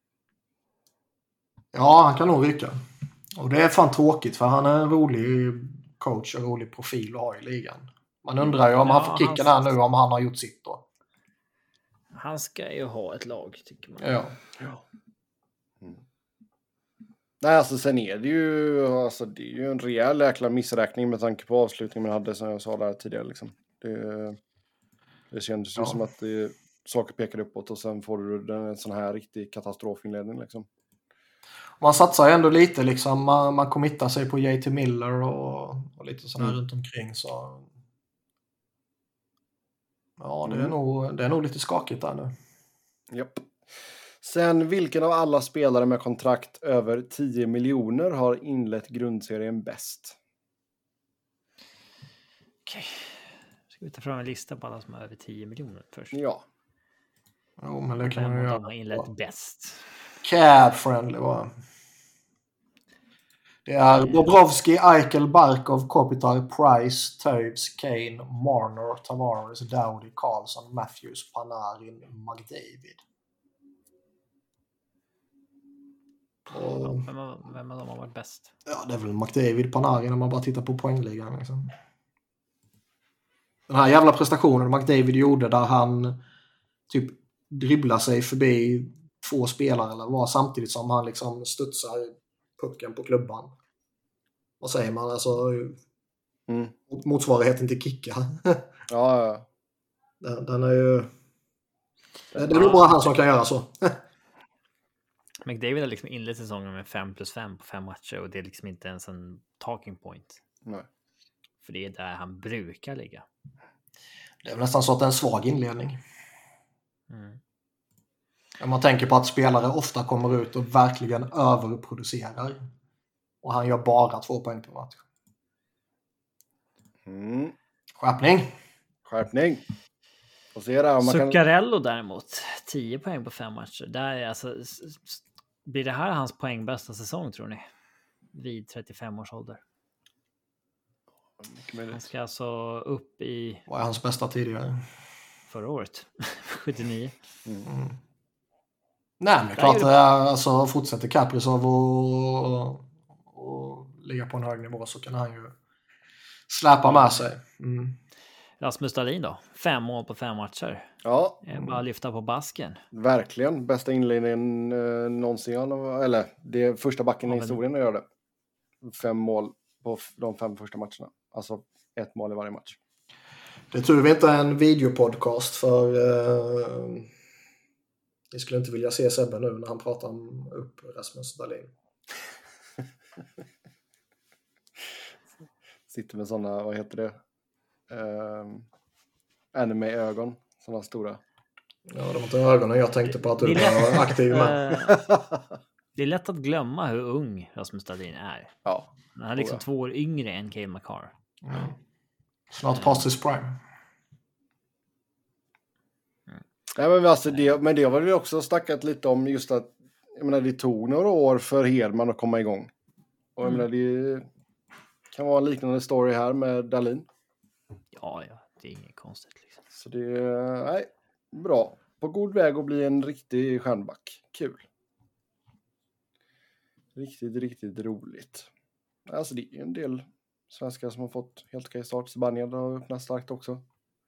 Ja, han kan nog rycka. Och det är fan tråkigt för han är en rolig coach och rolig profil att ha i ligan. Man undrar ju om Ja, han får kicken här han- nu om han har gjort sitt då. Han ska ju ha ett lag tycker man. Ja. Mm. Nej, alltså sen är det ju, alltså, det är ju en rejäl jäkla missräkning med tanke på avslutningen man hade som jag sa där tidigare. Liksom. Det, det kändes ju Ja. som att det, saker pekade uppåt och sen får du den, en sån här riktig katastrofinledning. Liksom. Man satsar ju ändå lite liksom, man, man committar sig på J T Miller och, och lite sådär Mm. runt omkring så. Ja, det är, Mm. nog, det är nog lite skakigt där nu. Japp. Sen, vilken av alla spelare med kontrakt över tio miljoner har inlett grundserien bäst? Okej. Ska vi ta fram en lista på alla som har över tio miljoner först? Ja. Jo, men det kan Vem man ju av dem har göra. inlett bäst? Cap friendly va? Det är Bobrovski, Eichel, Barkov, Kopitar, Price, Toews, Kane, Marner, Tavares, Dowdy, Karlsson, Matthews, Panarin, McDavid. Och, Vem av, vem av dem har varit bäst? ja, det är väl McDavid, Panarin när man bara tittar på poängligan. Liksom. Den här jävla prestationen McDavid gjorde där han typ dribblar sig förbi två spelare eller var samtidigt som han liksom studsar pucken på klubban. Vad säger man? Alltså Mm. motsvarigheten till kicka. Ja, ja. Den, den är ju... Det är nog bara han som kan göra så. McDavid har liksom inlett säsongen med fem plus fem på fem matcher och det är liksom inte ens en talking point. Nej. För det är där han brukar ligga. Det är nästan så att det är en svag inledning. Mm. Om man tänker på att spelare ofta kommer ut och verkligen överproducerar. Och han gör bara två poäng per match. Mm. Skärpning. Skärpning. Och se där, man Zuccarello kan... däremot, tio poäng på fem matcher. Där är alltså, blir det här hans poängbästa säsong tror ni? Vid trettiofem års ålder. Han ska alltså upp i... Vad är hans bästa tidigare? Förra året. sjuttionio. Mm. Mm. Nej, men det är klart, det... alltså, fortsätter Kaprizov och, och ligga på en hög nivå så kan han ju släpa med sig. Mm. Rasmus Dahlin då? Fem mål på fem matcher. Ja. Bara lyfta på basken. Verkligen. Bästa inledningen eh, någonsin. Eller det är första backen i historien att göra det. Fem mål på de fem första matcherna. Alltså ett mål i varje match. Det är tur vi inte är en videopodcast för eh, jag skulle inte vilja se Sebbe nu när han pratar om upp Rasmus Dahlin. Sitter med sådana, vad heter det? Uh, anime-ögon. Sådana stora. Ja, de har inte ögonen. Jag tänkte på att du var aktiv med. Det är lätt att glömma hur ung Rasmus Dahlin är. Ja. Han är liksom oh, ja. två år yngre än Cale Makar. Mm. Snart past his prime. Mm. Ja, men, alltså det, men det har vi också snackat lite om just att jag menar, det tog några år för Hedman att komma igång. Och jag menar, det kan vara en liknande story här med Dahlin. Ja, ja. Det är inget konstigt. Liksom. Så det är nej, bra. På god väg att bli en riktig stjärnback. Kul. Riktigt, riktigt roligt. Alltså det är en del svenskar som har fått helt okej start. Spanien har öppnat starkt också.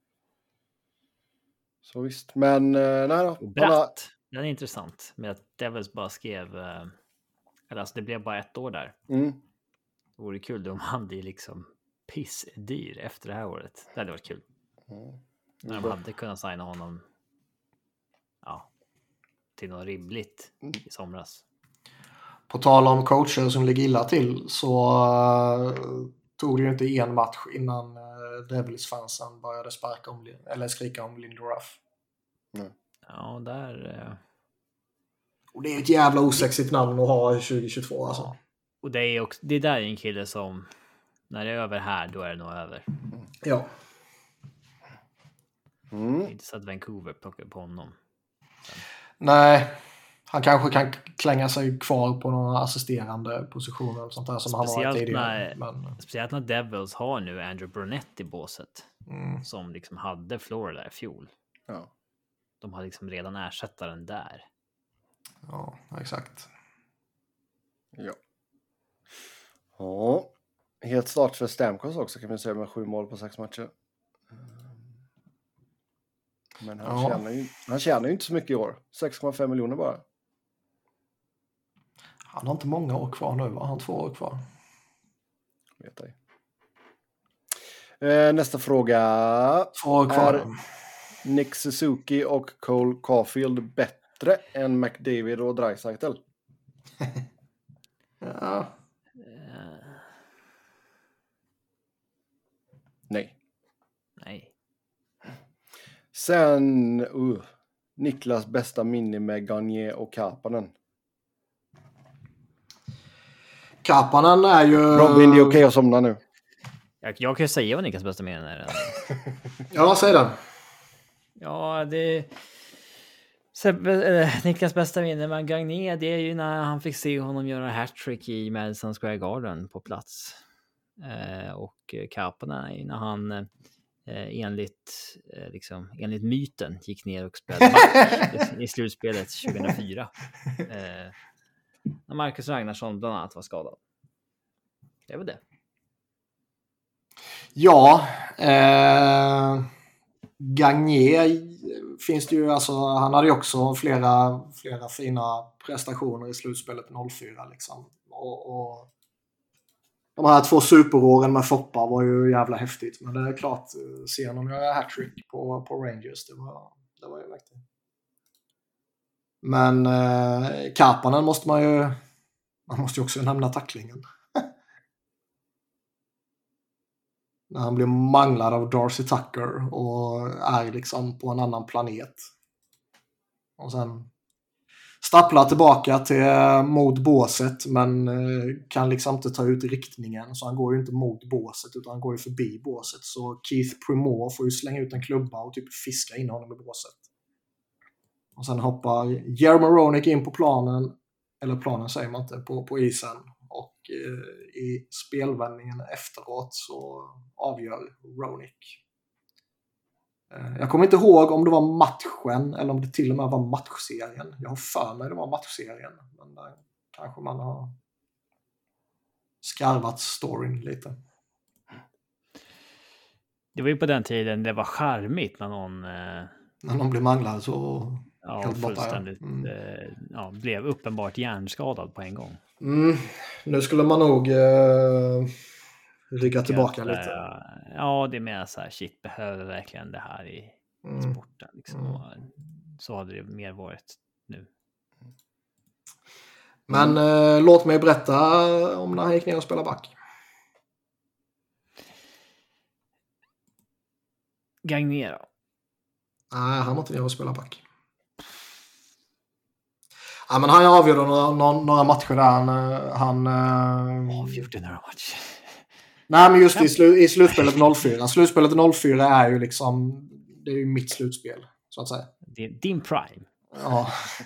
Så visst. Men nej då. Bratt. Alla... Den är intressant. Med att Devils bara skrev... Eller alltså det blev bara ett år där. Mm. Det vore kul om han blir liksom pissdyr efter det här året. Det hade varit kul. Mm. När de hade kunnat signa honom ja, till något rimligt mm. i somras. På tal om coacher som ligger illa till så uh, tog det ju inte en match innan uh, Devils-fansen började sparka om, eller skrika om Lindy Ruff. Mm. Ja, där... Uh... Och det är ett jävla osexigt namn att ha i tjugo tjugotvå alltså. Ja. Och det är också, det där är en kille som när det är över här, då är det nog över. Ja. Mm. Det är inte så att Vancouver plockar på honom. Sen. Nej, han kanske kan klänga sig kvar på några assisterande positioner och sånt där som speciellt han var tidigare. När, men... Speciellt när Devils har nu Andrew Brunette i båset. Mm. Som liksom hade Florida i fjol. Ja. De har liksom redan ersättaren där. Ja, exakt. Ja. Ja. Helt start för Stamkos också kan vi säga med sju mål på sex matcher. Men han, ja. tjänar ju, han tjänar ju inte så mycket i år. sex komma fem miljoner bara. Han har inte många år kvar nu, va? Han har två år kvar. Vet jag. Eh, nästa fråga. Två år kvar. Är Nick Suzuki och Cole Caulfield bättre än McDavid och Draisaitl? Ja. Nej. Nej. Sen uh, Niklas bästa minne med Gagné och Kapanen. Kapanen är ju... Robin, det är okej att somna nu. Jag, jag kan ju säga vad Niklas bästa minne är. Ja, säg det. Ja, det... Sebbe, äh, Niklas bästa minne med Gagné, det är ju när han fick se honom göra hattrick i Madison Square Garden på plats. Eh, och Kapanen är när han eh, enligt, eh, liksom, enligt myten gick ner och spelade match i, i slutspelet tjugohundrafyra. Eh, när Marcus Ragnarsson bland annat var skadad. Det var det. Ja, eh, Gagné finns det ju, alltså han hade ju också flera, flera fina prestationer i slutspelet noll fyra liksom. Och, och de här två superåren med Foppa var ju jävla häftigt, men det är klart, se honom göra hattrick på, på Rangers, det var, det var ju verkligen. Men eh, Kapanen måste man ju, man måste ju också nämna tacklingen. När han blir manglad av Darcy Tucker och är liksom på en annan planet. Och sen stapplar tillbaka till mot båset, men kan liksom inte ta ut riktningen. Så han går ju inte mot båset utan han går ju förbi båset. Så Keith Primore får ju slänga ut en klubba och typ fiska in honom i båset. Och sen hoppar Jaromir Roenick in på planen, eller planen säger man inte, på, på isen. Och eh, i spelvändningen efteråt så avgör Roenick. Eh, jag kommer inte ihåg om det var matchen eller om det till och med var matchserien. Jag har för mig det var matchserien. Men där kanske man har skarvat storyn lite. Det var ju på den tiden det var charmigt när någon... Eh... När någon blev manglad så... Ja, fullständigt. Mm. Eh, ja, blev uppenbart hjärnskadad på en gång. Mm. Nu skulle man nog eh, rygga tillbaka lite. Äh, ja, det är mer så här, shit, behöver verkligen det här i mm. sporten. Liksom. Mm. Så hade det mer varit nu. Men eh, låt mig berätta om när han gick ner och spelade back. Gagné då? Nej, han var inte ner och spelade back. Ja, men han avgjorde några, några matcher där. Han... han avgjorde några matcher? Nej, men just i, slu, i slutspelet noll fyra. Slutspelet noll fyra är ju liksom... Det är ju mitt slutspel, så att säga. Din, din prime. Ja.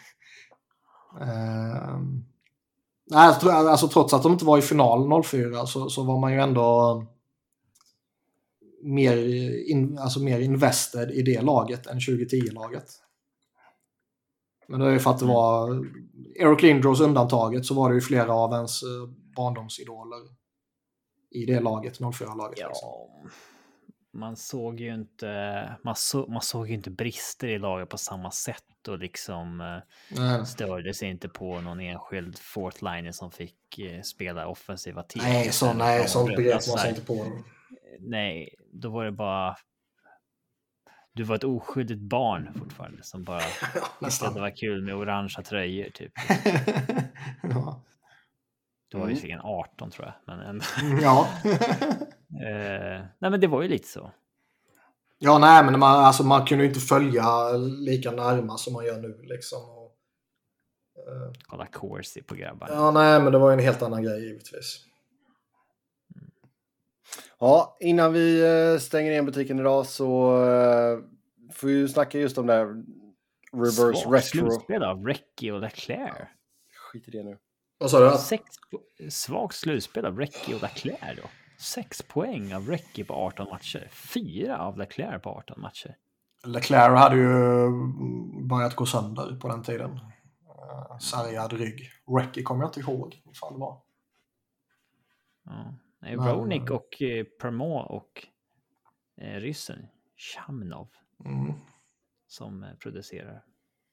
uh, nej, alltså trots att de inte var i final noll fyra så, så var man ju ändå mer, in, alltså mer invested i det laget än tjugo tio-laget. Men det är ju för att det var Eric Lindros undantaget, så var det ju flera av ens barndomsidoler i det laget, noll fyra-laget. Ja, liksom. Man såg ju inte man, så, man såg ju inte brister i laget på samma sätt och liksom nej. Störde sig inte på någon enskild fourth liner som fick eh, spela offensiva team. Nej, så nej, sånt begrepp man sig inte på. Nej, då var det bara du var ett oskyldigt barn fortfarande som bara tyckte att det var kul med orangea tröjor typ. Ja. Du var visserligen arton tror jag, men ja. eh, nej, men det var ju lite så. Ja, nej, men man, alltså, man kunde ju inte följa lika närma som man gör nu liksom. Och, eh. kolla Corsi på grabbar. Ja, nej, men det var ju en helt annan grej givetvis. Ja, innan vi stänger igen butiken idag så får vi ju snacka just om det här reverse Svagt retro. Slutspel av Recchi och Leclerc. Ja, skit i det nu. Vad sa du? Sex, svagt slutspel av Recchi och Leclerc då. Sex poäng av Recchi på arton matcher. Fyra av Leclerc på arton matcher. Leclerc hade ju börjat gå sönder på den tiden. Uh, sargad rygg. Recchi kommer jag inte ihåg vad fan det var. Ja. Nej, Roenick och eh, Permo och eh, ryssen Chamnov mm. som eh, producerar.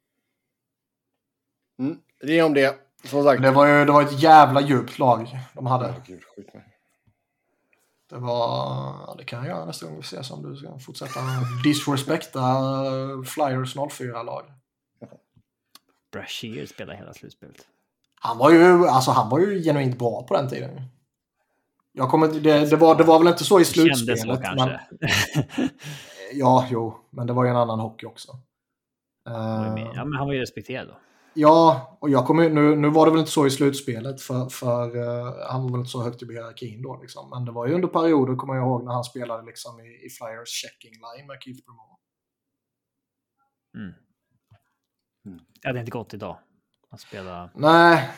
Mm, det är om det. Som sagt. Det var ju det var ett jävla djupt lag de hade. Oh, Gud, skit mig. Det var det kan jag göra nästa gång vi ses om du ska fortsätta disrespekta Flyers noll fyra-lag. Brashear spelar hela slutspelet. Han var ju alltså han var ju genuint bra på den tiden. Jag kommer det, det var det var väl inte så i slutspelet så, kanske. Men, ja, jo, men det var ju en annan hockey också. Ja, men han var ju respekterad då. Ja, och jag kommer nu, nu var det väl inte så i slutspelet för, för uh, han var väl inte så högt i hierarkin då liksom. Men det var ju under perioder, kommer jag ihåg, när han spelade liksom i, i Flyers checking line med Keith Brumar. Mm. Mm. Det hade inte gått idag att spela. Nej.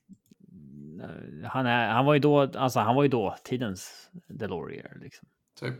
Han, är, han var ju då, alltså han var ju då tidens Delorier liksom. Typ.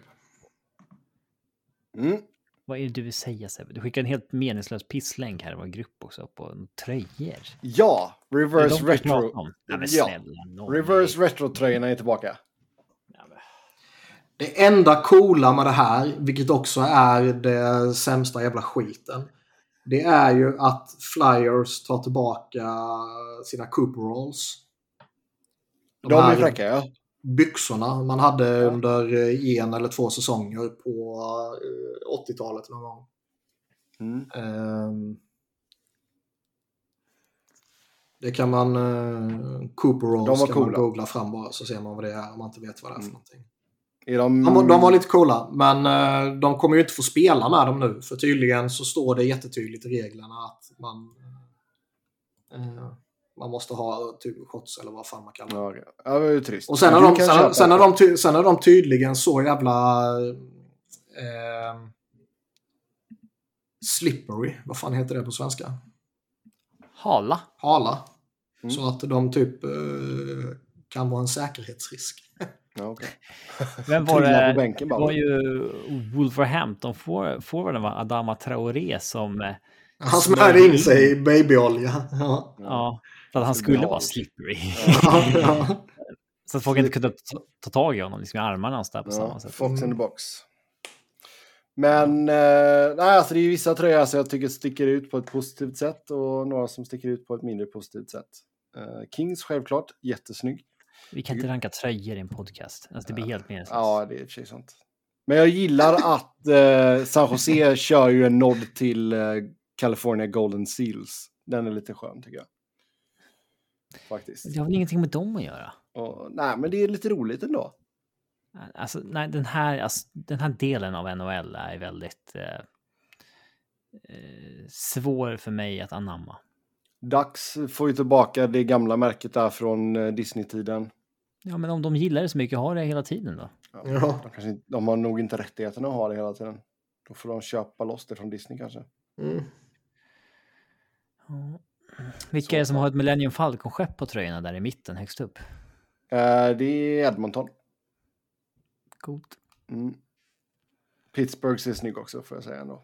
Mm. Vad är det du vill säga, Sebbe? Du skickar en helt meningslös pisslänk här i vår grupp också på tröjor. Ja, reverse retro. Ja, men ja. snälla, reverse retro-tröjorna är tillbaka. Ja, men... Det enda coola med det här, vilket också är det sämsta jävla skiten, det är ju att Flyers tar tillbaka sina Cooper Rolls. De, De är fräcka, ja. Byxorna man hade under en eller två säsonger på åttiotalet någon gång. Mm. Um, det kan man uh, Cooper Rolls kan man googla fram bara, så ser man vad det är om man inte vet vad det är för mm. någonting. Är de... De, de var lite coola, men uh, de kommer ju inte få spela med dem nu, för tydligen så står det jättetydligt i reglerna att man uh, man måste ha typ shots eller vad fan man kallar det. Ja, okay. Ja, det var ju trist. Och sen är, de, sen, sen, är de ty, sen är de tydligen så jävla eh, slippery. Vad fan heter det på svenska? Hala. Hala. Mm. Så att de typ eh, kan vara en säkerhetsrisk. Ja, okay. Vem var det? Det var ju Wolverhampton forwarden var Adama Traoré som... Han smörjde in sig i babyolja. Ja. Ja. Så att han skulle vara slippery. Ja, ja. Så att folk inte kunde ta, ta tag i honom liksom i armarna och där på ja, samma sätt. Fox in the box. Men eh, nej, alltså det är vissa tröjor som jag tycker sticker ut på ett positivt sätt och några som sticker ut på ett mindre positivt sätt. Eh, Kings självklart, jättesnygg. Vi kan inte ranka tröjor i en podcast. Alltså det blir helt meningslöst. Ja, det är precis sånt. Men jag gillar att eh, San Jose kör ju en nod till eh, California Golden Seals. Den är lite skön tycker jag. Faktiskt. Det har väl ingenting med dem att göra? Och, nej, men det är lite roligt ändå. Alltså, nej, den här, alltså, den här delen av N H L är väldigt eh, eh, svår för mig att anamma. Dags får ju tillbaka det gamla märket där från eh, Disney-tiden. Ja, men om de gillar det så mycket, har det hela tiden då? Ja, ja. De, kanske, de har nog inte rättigheterna att ha det hela tiden. Då får de köpa loss det från Disney kanske. Mm. Ja. Vilka är det som har ett Millennium Falcon-skepp på tröjorna där i mitten, högst upp? Uh, det är Edmonton. Coolt. Mm. Pittsburgh ser snygg också, får jag säga ändå.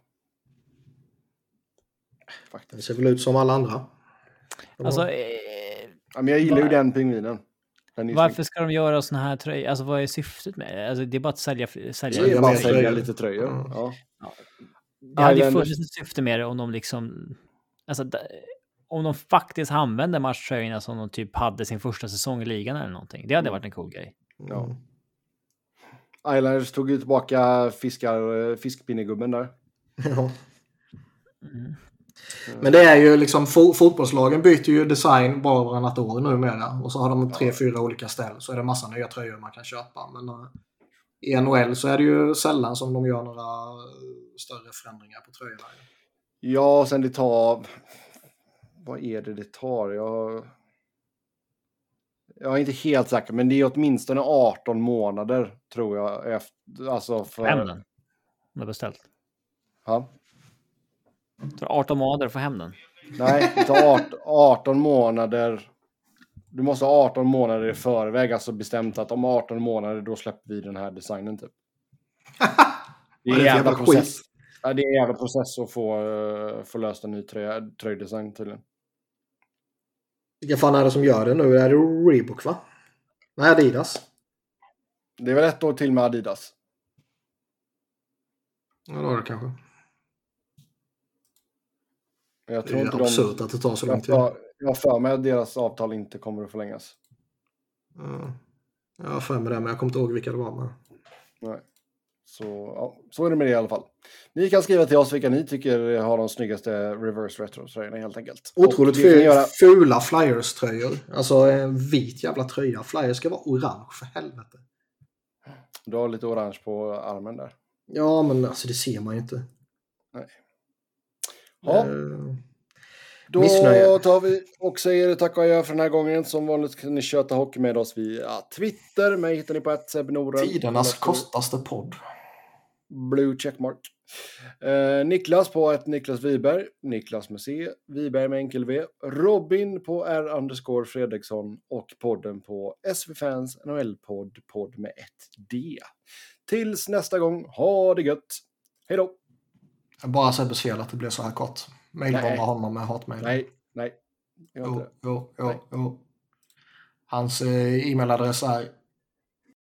Faktiskt. Det ser väl ut som alla andra. Alltså, eh, ja, men jag gillar var... ju den pingvinen. Den Varför snygg. ska de göra såna här tröjor? Alltså vad är syftet med alltså, det? Är bara att sälja, sälja, det är bara att sälja lite tröjor. Mm. Ja. Ja. Det hade ju funnits ett syfte med det om de liksom... Alltså, om de faktiskt använde matchtröjorna som de typ hade sin första säsong i ligan eller någonting. Det hade mm. varit en cool grej. Ja. Islanders tog ju tillbaka fiskar, fiskpinnegubben där. Ja. Mm. Men det är ju liksom fo- fotbollslagen byter ju design bara varannat år numera. Och så har de tre, ja. fyra olika ställ. Så är det massa nya tröjor man kan köpa. Men uh, i N H L så är det ju sällan som de gör några större förändringar på tröjorna. Ja, och sen det tar... Vad är det det tar? Jag... Jag är inte helt säker, men det är åtminstone arton månader tror jag. Efter, alltså för... Hem den. Du har beställt. Ja. Det tar arton månader för hem den. Nej, det tar arton månader. Du måste ha arton månader i förväg, alltså bestämt att om arton månader då släpper vi den här designen typ. Det är en jävla process. Ja, det är en jävla process att få, uh, få löst en ny tröj, tröjdesign tydligen. Vilka fan är det som gör det nu? Är det Reebok va? Nej, Adidas. Det är väl ett år till med Adidas. Ja, då är det kanske. Jag tror det är inte absurt de... att det tar så lång tid. Jag, jag har för mig att deras avtal inte kommer att förlängas. Ja. Jag har för mig det, men jag kommer inte ihåg vilka det var med. Nej. Så, ja, så är det med det i alla fall. Ni kan skriva till oss vilka ni tycker har de snyggaste reverse retro-tröjorna helt enkelt. Otroligt ful, göra... fula Flyers-tröjor. Alltså en vit jävla tröja. Flyers ska vara orange för helvete. Du har lite orange på armen där. Ja, men alltså det ser man ju inte. Nej. Ja. Uh, Då Missnöje. tar vi och säger tack och adjö för den här gången. Som vanligt kan ni köta hockey med oss via Twitter. Mig hittar ni på ett Sebnoren. Tidernas kortaste podd. Blue checkmark. Eh, Niklas på ett Niklas Wiberg. Niklas med C. Wiberg med enkel V. Robin på R underscore Fredriksson. Och podden på S V Fans N H L-podd. Podd med ett D. Tills nästa gång. Ha det gött. Hej då. Bara Sebbes fel att det blev så här kort. Mailbomba honom med hatmail. Nej, nej. Jo, jo, jo, jo. Hans eh, e-mailadress är